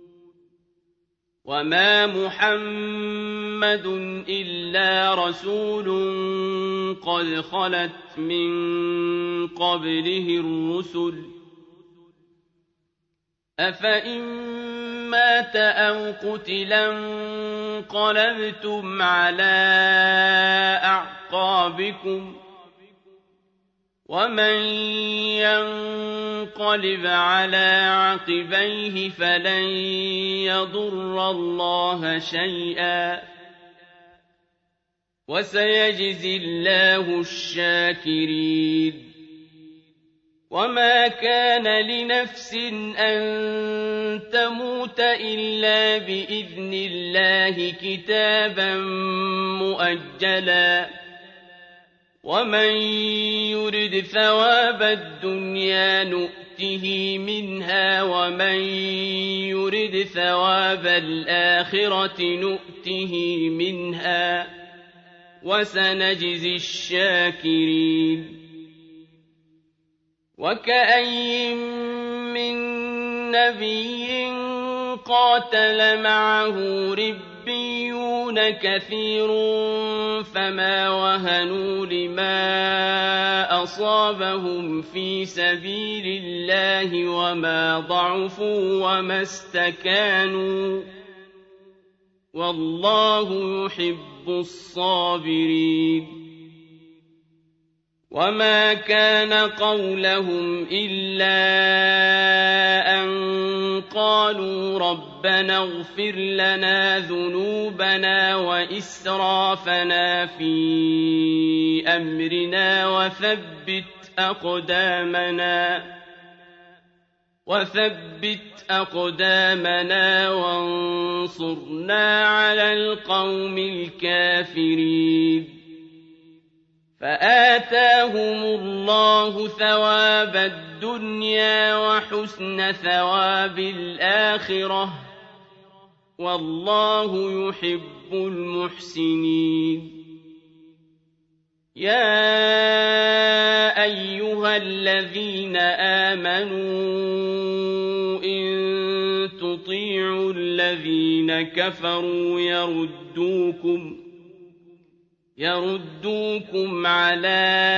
وما محمد إلا رسول قد خلت من قبله الرسل أفإن مات أو قتلا انقلبتم على أعقابكم ومن ينقلب على عقبيه فلن يضر الله شيئا وسيجزي الله الشاكرين وما كان لنفس أن تموت إلا بإذن الله كتابا مؤجلا ومن يرد ثواب الدنيا نؤته منها ومن يرد ثواب الآخرة نؤته منها وسنجزي الشاكرين وكأين من نبي قاتل معه ربيون كثير فما وهنوا لما أصابهم في سبيل الله وما ضعفوا وما استكانوا والله يحب الصابرين وما كان قولهم إلا أن قالوا ربنا اغفر لنا ذنوبنا وإسرافنا في أمرنا وثبت أقدامنا وثبت أقدامنا وانصرنا على القوم الكافرين فآتاهم الله ثواب الدنيا وحسن ثواب الآخرة والله يحب المحسنين يا أيها الذين آمنوا إن تطيعوا الذين كفروا يردوكم يردوكم على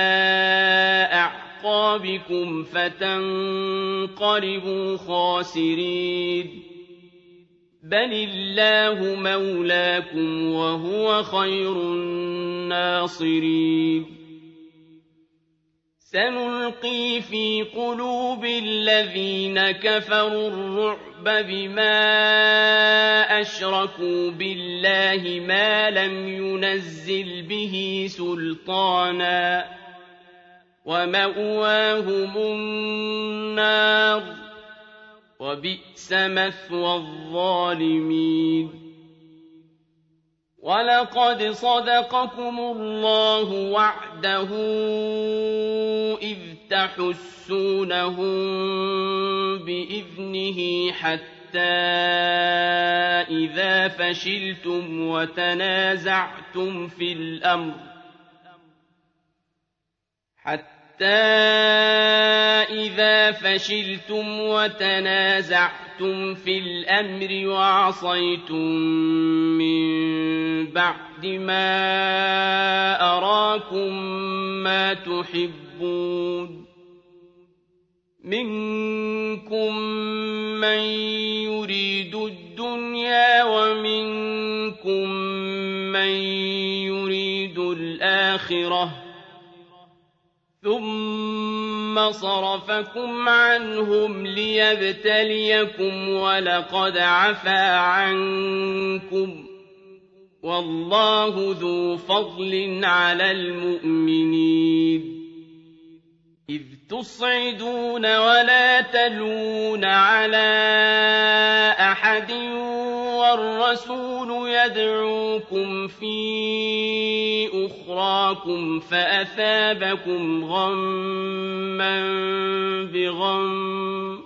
أعقابكم فتنقلبوا خاسرين بل الله مولاكم وهو خير الناصرين سنلقي في قلوب الذين كفروا الرعب بما أشركوا بالله ما لم ينزل به سلطانا ومأواهم النار وبئس مثوى الظالمين وَلَقَدْ صَدَقَكُمُ اللَّهُ وَعْدَهُ إِذْ تَحُسُّونَهُم بِإِذْنِهِ حَتَّىٰ إِذَا فَشِلْتُمْ وَتَنَازَعْتُمْ فِي الْأَمْرِ حَتَّىٰ إِذَا فَشِلْتُمْ وَتَنَازَعْتُمْ فِي الْأَمْرِ وَعَصَيْتُم مِّن بَعْدِ مَا أَرَاكُم مَّا تُحِبُّونَ مِنكُم مَّن يُرِيدُ الدُّنْيَا وَمِنكُم مَّن يُرِيدُ الْآخِرَةَ ثُمَّ صَرَفَكُمْ عَنْهُمْ لِيَبْتَلِيَكُمْ وَلَقَدْ عَفَا عَنكُمْ وَاللَّهُ ذُو فَضْلٍ عَلَى الْمُؤْمِنِينَ إِذْ تُصْعِدُونَ وَلَا تَلْوُونَ عَلَىٰ أَحَدٍ وَالرَّسُولُ يَدْعُوكُمْ فِي أُخْرَاكُمْ فَأَثَابَكُمْ غَمًّا بِغَمٍّ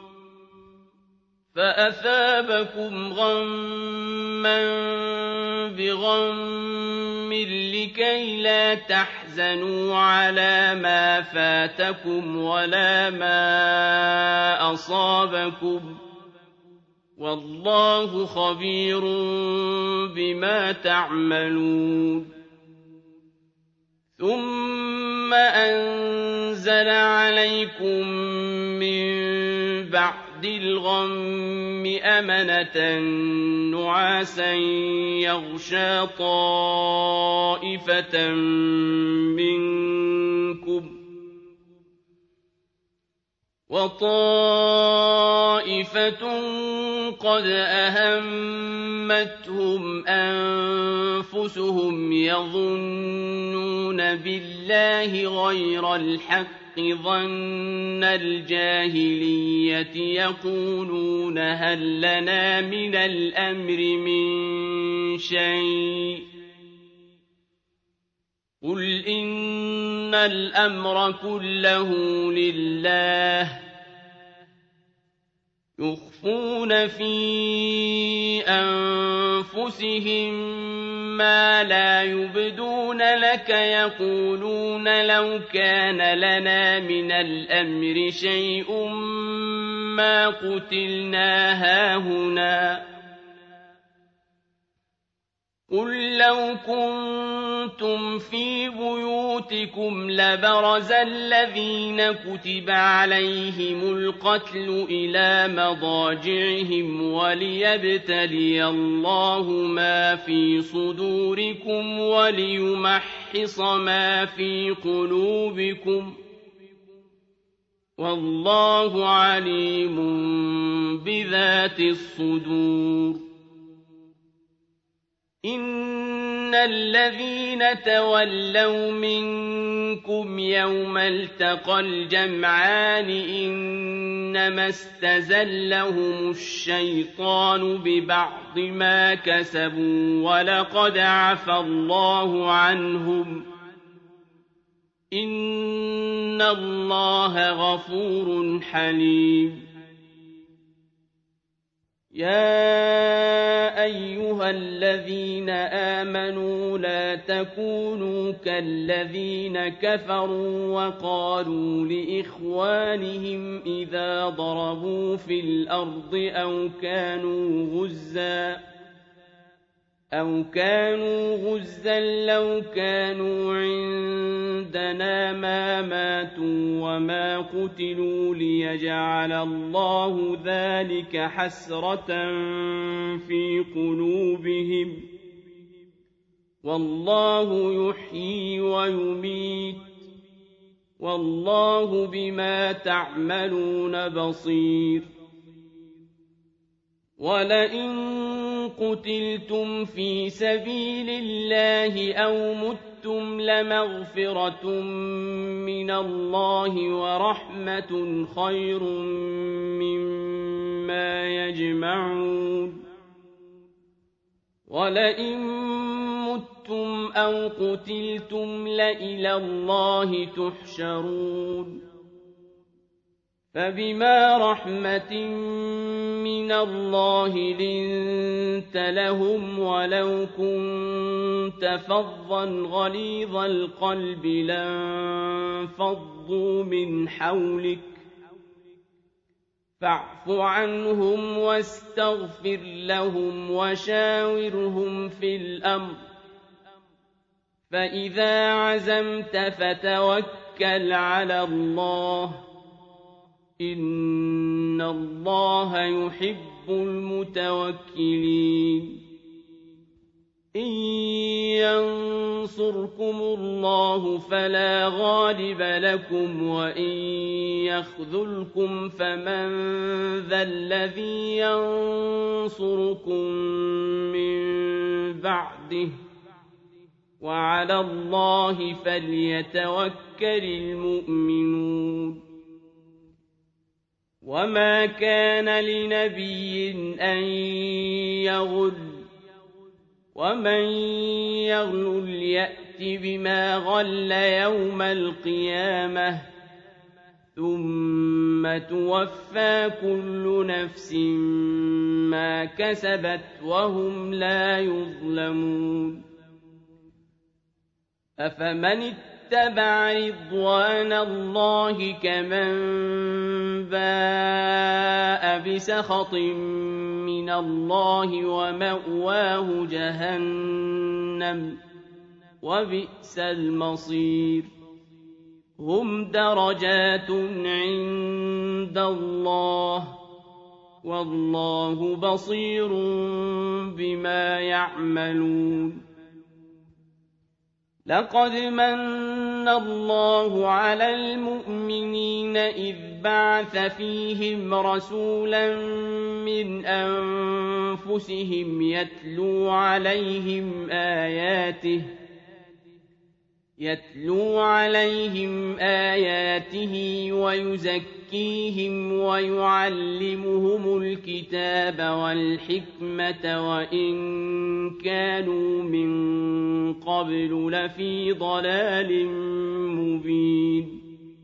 فَأَثَابَكُمْ غَمًّا بِغَمٍّ لِّكَيْ لَا تَحْزَنُوا عَلَىٰ مَا فَاتَكُمْ وَلَا مَا أَصَابَكُمْ ۗ وَاللَّهُ خَبِيرٌ بِمَا تَعْمَلُونَ ثُمَّ أَنزَلَ عَلَيْكُم مِّن بَعْدِ الْغَمِّ أَمَنَةً نُّعَاسًا يَغْشَىٰ طَائِفَةً مِّنكُمْ ۖ وَطَائِفَةٌ قَدْ أَهَمَّتْهُمْ أَنفُسُهُمْ يَظُنُّونَ بِاللَّهِ غَيْرَ الْحَقِّ ظَنَّ الْجَاهِلِيَّةِ يَقُولُونَ هَل لَّنَا مِنَ الْأَمْرِ مِن شَيْءٍ ۗ قُلْ إِنَّ الْأَمْرَ كُلَّهُ لِلَّهِ يُخْفُونَ فِي أَنفُسِهِم مَّا لَا يُبْدُونَ لَكَ يَقُولُونَ لَوْ كَانَ لَنَا مِنَ الْأَمْرِ شَيْءٌ مَّا قُتِلْنَا هَاهُنَا قُل لَّوْ كُنتُمْ فِي بُيُوتِكُمْ لَبَرَزَ الَّذِينَ كُتِبَ عَلَيْهِمُ الْقَتْلُ إِلَىٰ مَضَاجِعِهِمْ وَلِيَبْتَلِيَ اللَّهُ مَا فِي صُدُورِكُمْ وَلِيُمَحِّصَ مَا فِي قُلُوبِكُمْ ۗ وَاللَّهُ عَلِيمٌ بِذَاتِ الصُّدُورِ إِنَّ الَّذِينَ تَوَلَّوْا مِنكُمْ يَوْمَ الْتَقَى الْجَمْعَانِ إِنَّمَا اسْتَزَلَّهُمُ الشَّيْطَانُ بِبَعْضِ مَا كَسَبُوا وَلَقَدْ عَفَا اللَّهُ عَنْهُمْ ۗ إِنَّ اللَّهَ غَفُورٌ حَلِيمٌ يَا أَيُّهَا الَّذِينَ آمَنُوا لَا تَكُونُوا كَالَّذِينَ كَفَرُوا وَقَالُوا لِإِخْوَانِهِمْ إِذَا ضَرَبُوا فِي الْأَرْضِ أَوْ كَانُوا غُزًّى أَوْ كَانُوا غُزًّى لَّوْ كَانُوا عِندَنَا مَا مَاتُوا وَمَا قُتِلُوا لِيَجْعَلَ اللَّهُ ذَٰلِكَ حَسْرَةً فِي قُلُوبِهِمْ ۗ وَاللَّهُ يُحْيِي وَيُمِيتُ ۗ وَاللَّهُ بِمَا تَعْمَلُونَ بَصِيرٌ وَلَئِن قُتِلْتُمْ فِي سَبِيلِ اللَّهِ أَوْ مُتُّمْ لَمَغْفِرَةٌ مِّنَ اللَّهِ وَرَحْمَةٌ خَيْرٌ مِّمَّا يَجْمَعُونَ وَلَئِن مُّتُّمْ أَوْ قُتِلْتُمْ لَإِلَى اللَّهِ تُحْشَرُونَ فَبِمَا رَحْمَةٍ مِّنَ اللَّهِ لِنتَ لَهُمْ وَلَوْ كُنتَ فَظًّا غَلِيظَ الْقَلْبِ لَانفَضُّوا مِنْ حَوْلِكَ فَاعْفُ عَنْهُمْ وَاسْتَغْفِرْ لَهُمْ وَشَاوِرْهُمْ فِي الْأَمْرِ فَإِذَا عَزَمْتَ فَتَوَكَّلْ عَلَى اللَّهِ إِنَّ اللَّهَ يُحِبُّ الْمُتَوَكِّلِينَ إِن يَنصُرْكُمُ اللَّهُ فَلَا غَالِبَ لَكُمْ وَإِن يَخْذُلْكُمْ فَمَن ذَا الَّذِي يَنصُرُكُم مِّن بَعْدِهِ ۗ وَعَلَى اللَّهِ فَلْيَتَوَكَّلِ الْمُؤْمِنُونَ وَمَا كَانَ لِنَبِيٍّ أَن يَغُلَّ وَمَن يَغْلُلْ يَأْتِ بِمَا غَلَّ يَوْمَ الْقِيَامَةِ ثُمَّ تُوَفَّىٰ كُلُّ نَفْسٍ مَّا كَسَبَتْ وَهُمْ لَا يُظْلَمُونَ أَفَمَنِ اتَّبَعَ رِضْوَانَ اللَّهِ كَمَن بَاءَ بِسَخَطٍ مِّنَ اللَّهِ وَمَأْوَاهُ جَهَنَّمُ ۖ وَبِئْسَ الْمَصِيرُ هُمْ دَرَجَاتٌ عِندَ اللَّهِ ۗ وَاللَّهُ بَصِيرٌ بِمَا يَعْمَلُونَ لَقَدْ مَنَّ اللَّهُ عَلَى الْمُؤْمِنِينَ إِذْ بَعَثَ فِيهِمْ رَسُولًا مِّنْ أَنفُسِهِمْ يَتْلُو عَلَيْهِمْ آيَاتِهِ يَتْلُو عَلَيْهِمْ آيَاتِهِ وَيُزَكِّيهِمْ وَيُعَلِّمُهُمُ الْكِتَابَ وَالْحِكْمَةَ وَإِن كَانُوا مِن قَبْلُ لَفِي ضَلَالٍ مُّبِينٍ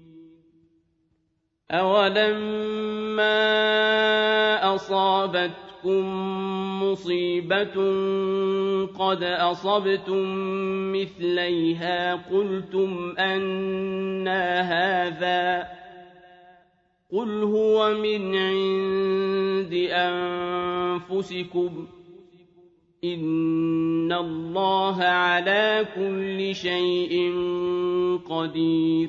أَوَلَمَّا أَصَابَتْكُم مُّصِيبَةٌ قَدْ أَصَبْتُم مِّثْلَيْهَا قُلْتُمْ أَنَّىٰ هَٰذَا ۖ قُلْ هُوَ مِنْ عِندِ أَنفُسِكُمْ ۗ إِنَّ اللَّهَ عَلَىٰ كُلِّ شَيْءٍ قَدِيرٌ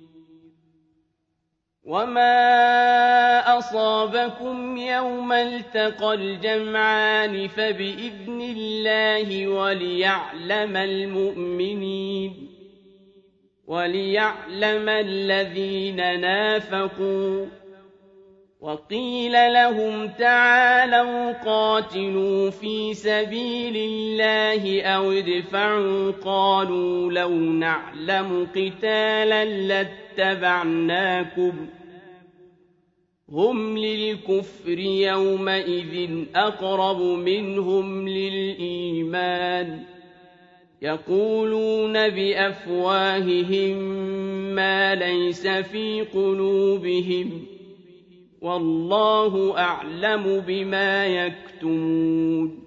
وَمَا أَصَابَكُمْ يَوْمَ الْتَقَى الْجَمْعَانِ فَبِإِذْنِ اللَّهِ وَلِيَعْلَمَ الْمُؤْمِنِينَ وَلِيَعْلَمَ الَّذِينَ نَافَقُوا وَقِيلَ لَهُمْ تَعَالَوْا قَاتِلُوا فِي سَبِيلِ اللَّهِ أَوِ ادْفَعُوا ۖ قَالُوا لَوْ نَعْلَمُ قِتَالًا لَّاتَّبَعْنَاكُمْ ۗ هُمْ لِلْكُفْرِ يَوْمَئِذٍ أَقْرَبُ مِنْهُمْ لِلْإِيمَانِ يَقُولُونَ بِأَفْوَاهِهِم مَّا لَيْسَ فِي قُلُوبِهِمْ ۗ وَاللَّهُ أَعْلَمُ بِمَا يَكْتُمُونَ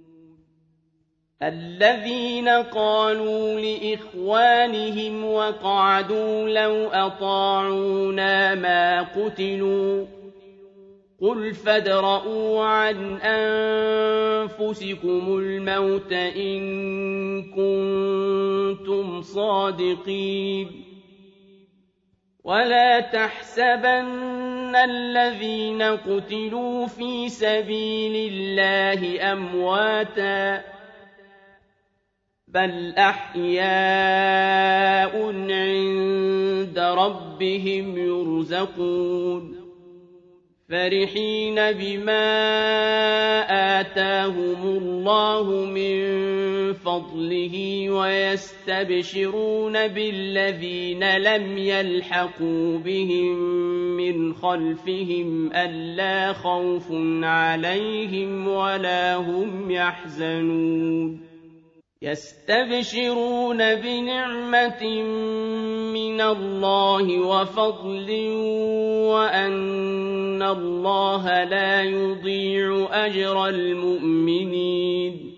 الَّذِينَ قَالُوا لِإِخْوَانِهِمْ وَقَعَدُوا لَوْ أَطَاعُونَا مَا قُتِلُوا ۗ قُلْ فَادْرَءُوا عَنْ أَنفُسِكُمُ الْمَوْتَ إِن كُنتُمْ صَادِقِينَ وَلَا تَحْسَبَنَّ الَّذِينَ قُتِلُوا فِي سَبِيلِ اللَّهِ أَمْوَاتًا ۚ بَلْ أَحْيَاءٌ عِندَ رَبِّهِمْ يُرْزَقُونَ فرحين بما آتاهم الله من فضله ويستبشرون بالذين لم يلحقوا بهم من خلفهم ألا خوف عليهم ولا هم يحزنون يستبشرون بنعمة من الله وفضل وأن الله لا يضيع أجر المؤمنين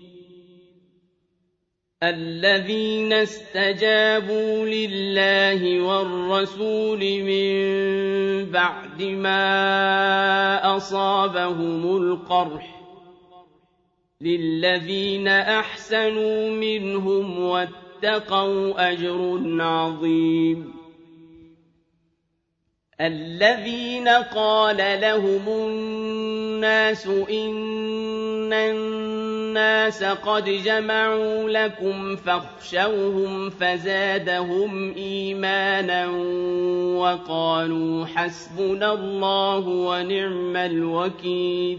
الذين استجابوا لله والرسول من بعد ما أصابهم القرح للذين أحسنوا منهم واتقوا أجر عظيم الذين قال لهم الناس إن الناس قد جمعوا لكم فاخشوهم فزادهم إيمانا وقالوا حسبنا الله ونعم الوكيل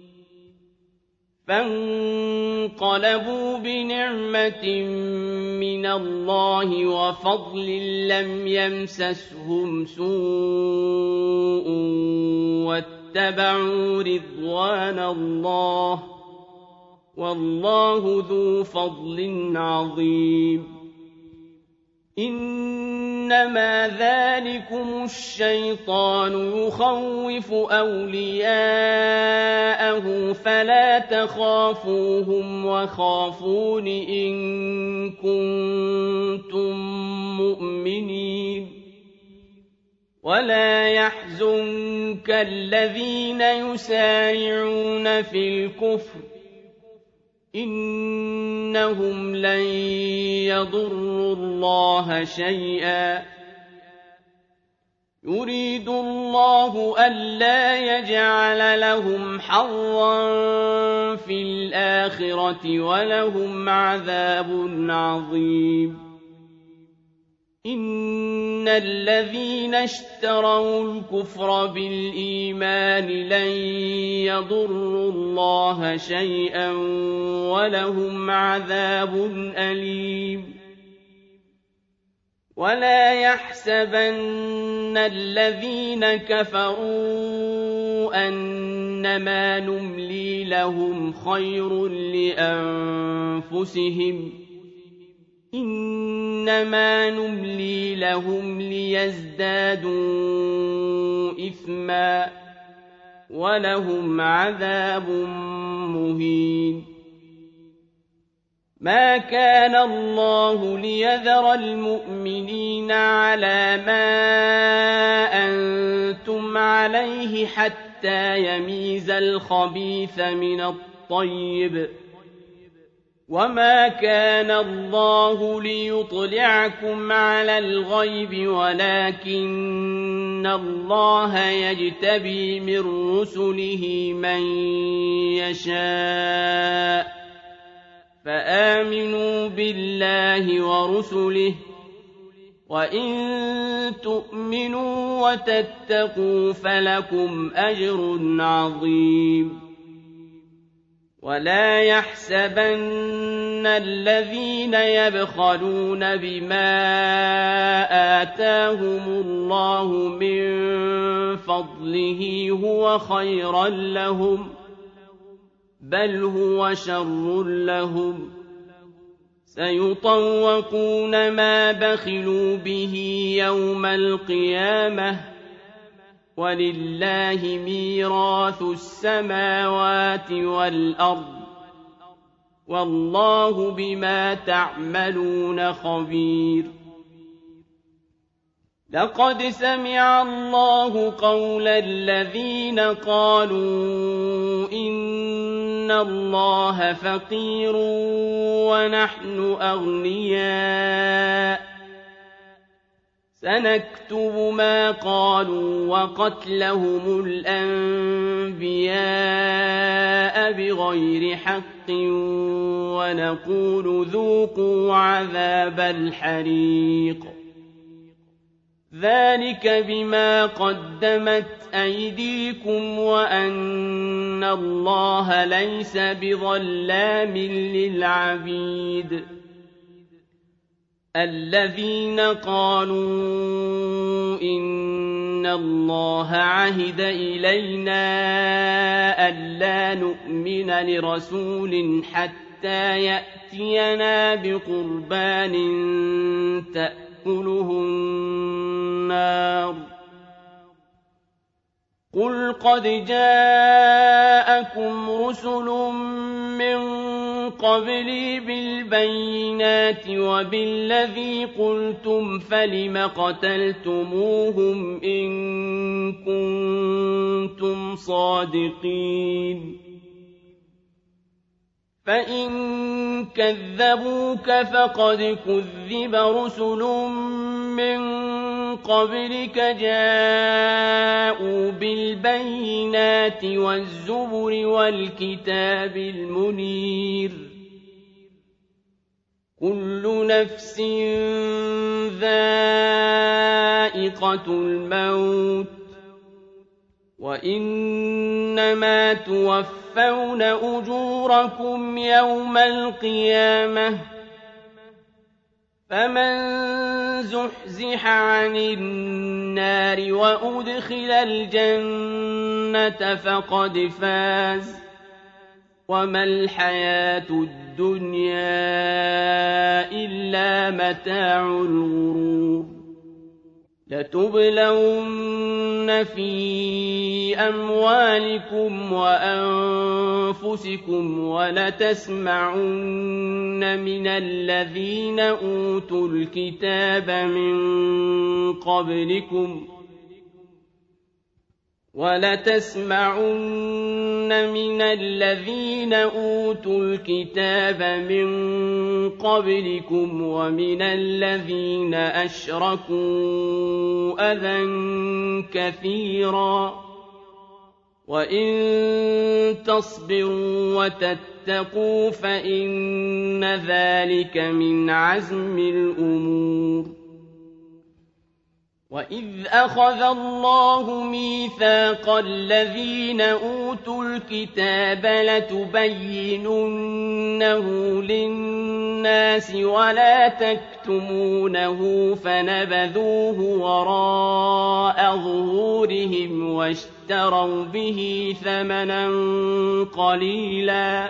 فانقلبوا بنعمة من الله وفضل لم يمسسهم سوء واتبعوا رضوان الله والله ذو فضل عظيم إنما ذلكم الشيطان يخوف أولياءه فلا تخافوهم وخافون إن كنتم مؤمنين ولا يحزنك الذين يسارعون في الكفر إنهم لن يضروا الله شيئا يريد الله ألا يجعل لهم حظا في الآخرة ولهم عذاب عظيم إن الذين اشتروا الكفر بالإيمان لن يضروا الله شيئا ولهم عذاب أليم ولا يحسبن الذين كفروا أنما نملي لهم خير لأنفسهم إنما نملي لهم ليزدادوا إثما ولهم عذاب مهين ما كان الله ليذر المؤمنين على ما أنتم عليه حتى يميز الخبيث من الطيب وما كان الله ليطلعكم على الغيب ولكن الله يجتبي من رسله من يشاء فآمنوا بالله ورسله وإن تؤمنوا وتتقوا فلكم أجر عظيم ولا يحسبن الذين يبخلون بما آتاهم الله من فضله هو خيرا لهم بل هو شر لهم سيطوقون ما بخلوا به يوم القيامة ولله ميراث السماوات والأرض والله بما تعملون خبير لقد سمع الله قول الذين قالوا إن الله فقير ونحن أغنياء سنكتب ما قالوا وقتلهم الأنبياء بغير حق ونقول ذوقوا عذاب الحريق ذلك بما قدمت أيديكم وأن الله ليس بظلام للعبيد الذين قالوا إن الله عهد إلينا ألا نؤمن لرسول حتى يأتينا بقربان تأكله النار قل قد جاءكم رسل من قبلي بالبينات وبالذي قلتم فلم قتلتموهم إن كنتم صادقين فإن كذبوك فقد كذب رسل من قبلك جاءوا بالبينات والزبر والكتاب المنير كل نفس ذائقة الموت وإنما توفون أجوركم يوم القيامة فمن زحزح عن النار وأدخل الجنة فقد فاز وما الحياة الدنيا إلا متاع الغرور لتبلون في أموالكم وأنفسكم ولتسمعن من الذين أوتوا الكتاب من قبلكم ولتسمعن من الذين أوتوا الكتاب من قبلكم ومن الذين أشركوا أذى كثيرا وإن تصبروا وتتقوا فإن ذلك من عزم الأمور وإذ أخذ الله ميثاق الذين أوتوا الكتاب لتبيننه للناس ولا تكتمونه فنبذوه وراء ظهورهم واشتروا به ثمنا قليلا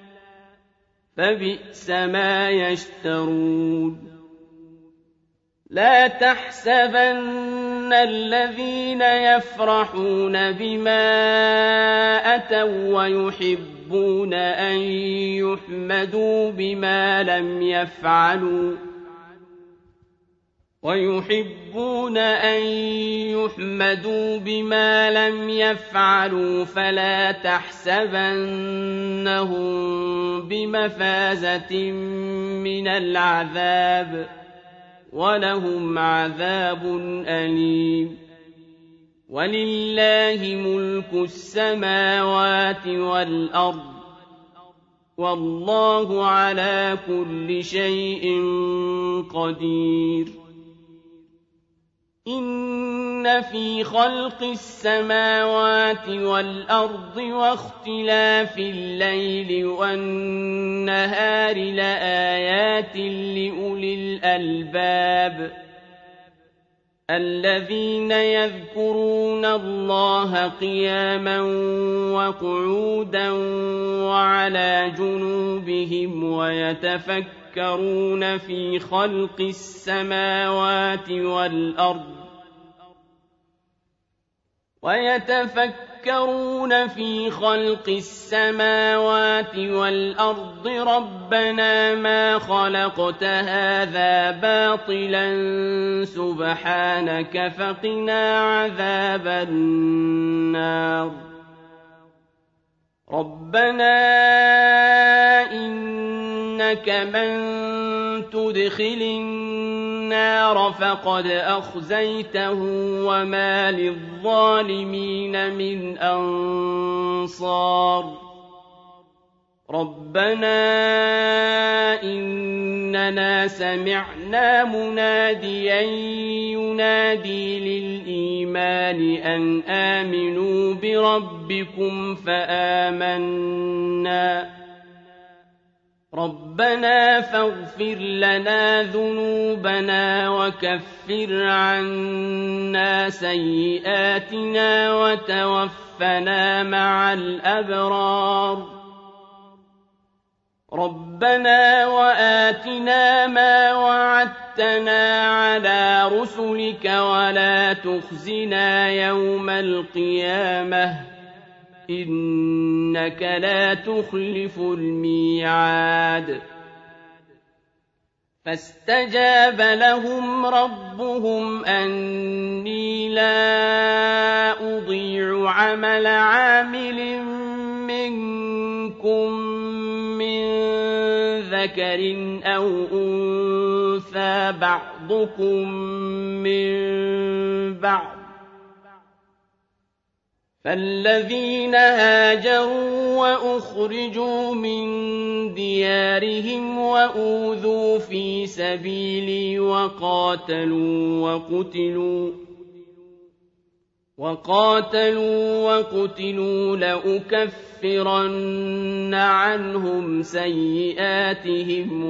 فبئس ما يشترون لا تحسبن الذين يفرحون بما أتوا ويحبون أن يحمدوا بما لم يفعلوا ويحبون أن يحمدوا بما لم يفعلوا فلا تحسبنهم بمفازة من العذاب ولهم عذاب أليم ولله ملك السماوات والأرض والله على كل شيء قدير إن في خلق السماوات والأرض واختلاف الليل والنهار لآيات لأولي الألباب الذين يذكرون الله قياما وقعودا وعلى جنوبهم ويتفكرون في خلق السماوات والأرض ويتفكرون في خلق السماوات والأرض ربنا ما خلقت هذا باطلا سبحانك فقنا عذاب النار ربنا إنك من تدخل النار فقد أخزيته وما للظالمين من أنصار رَبَّنَا إِنَّنَا سَمِعْنَا مُنَادِيًا يُنَادِي لِلْإِيمَانِ أَنْ آمِنُوا بِرَبِّكُمْ فَآمَنَّا رَبَّنَا فَاغْفِرْ لَنَا ذُنُوبَنَا وَكَفِّرْ عَنَّا سَيِّئَاتِنَا وَتَوَفَّنَا مَعَ الْأَبْرَارِ رَبَّنَا وَآتِنَا مَا وَعَدتَّنَا عَلَىٰ رُسُلِكَ وَلَا تُخْزِنَا يَوْمَ الْقِيَامَةِ إِنَّكَ لَا تُخْلِفُ الْمِيعَادَ فَاسْتَجَابَ لَهُمْ رَبُّهُمْ أَنِّي لَا أُضِيعُ عَمَلَ عَامِلٍ مِّنكُم مِّن ذَكَرٍ أَوْ أُنثَىٰ بَعْضُكُم مِّن بَعْضٍ ۖ فَالَّذِينَ هَاجَرُوا وَأُخْرِجُوا مِن دِيَارِهِمْ وَأُوذُوا فِي سَبِيلِي وَقَاتَلُوا وَقُتِلُوا وَقَاتَلُوا وَقُتِلُوا لَأُكَفِّرَنَّ عَنْهُمْ سَيِّئَاتِهِمْ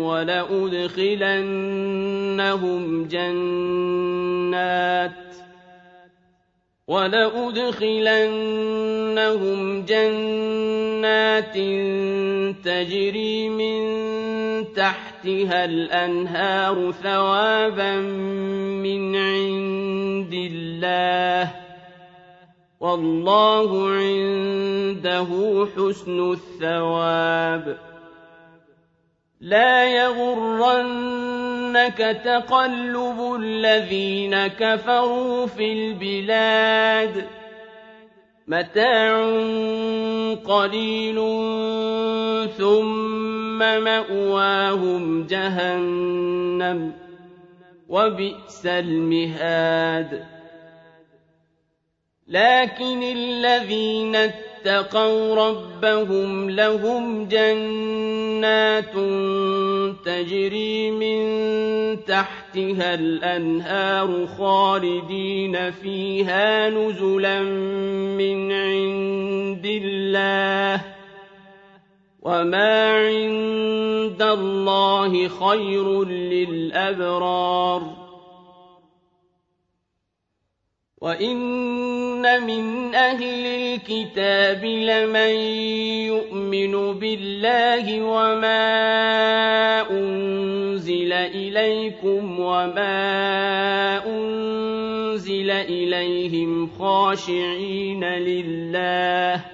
وَلَأُدْخِلَنَّهُمْ جَنَّاتٍ وَلَأُدْخِلَنَّهُمْ جَنَّاتٍ تَجْرِي مِن تَحْتِهَا الْأَنْهَارُ ثَوَابًا مِّنْ عِندِ اللَّهِ ۗ وَاللَّهُ عِندَهُ حُسْنُ الثَّوَابِ لَا يَغُرَّنَّكَ تَقَلُّبُ الَّذِينَ كَفَرُوا فِي الْبِلَادِ مَتَاعٌ قَلِيلٌ ثُمَّ مَأْوَاهُمْ جَهَنَّمُ وَبِئْسَ الْمِهَادُ لَٰكِنِ الَّذِينَ اتَّقَوْا رَبَّهُمْ لَهُمْ جَنَّاتٌ تَجْرِي مِن تَحْتِهَا الْأَنْهَارُ خَالِدِينَ فِيهَا نُزُلًا مِّنْ عِندِ اللَّهِ ۗ وَمَا عِندَ اللَّهِ خَيْرٌ لِّلْأَبْرَارِ وَإِنَّ مِنْ أَهْلِ الْكِتَابِ لَمَن يُؤْمِنُ بِاللَّهِ وَمَا أُنزِلَ إِلَيْكُمْ وَمَا أُنزِلَ إِلَيْهِمْ خَاشِعِينَ لِلَّهِ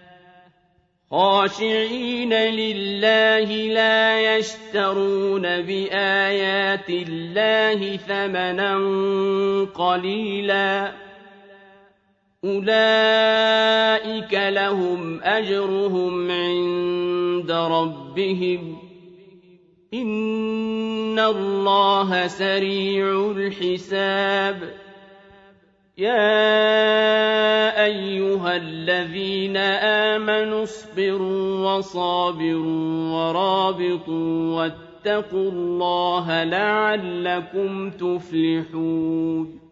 خاشعين لله لا يشترون بآيات الله ثمنا قليلا أولئك لهم أجرهم عند ربهم إن الله سريع الحساب يا أيها الذين آمنوا اصبروا وصابروا ورابطوا واتقوا الله لعلكم تفلحون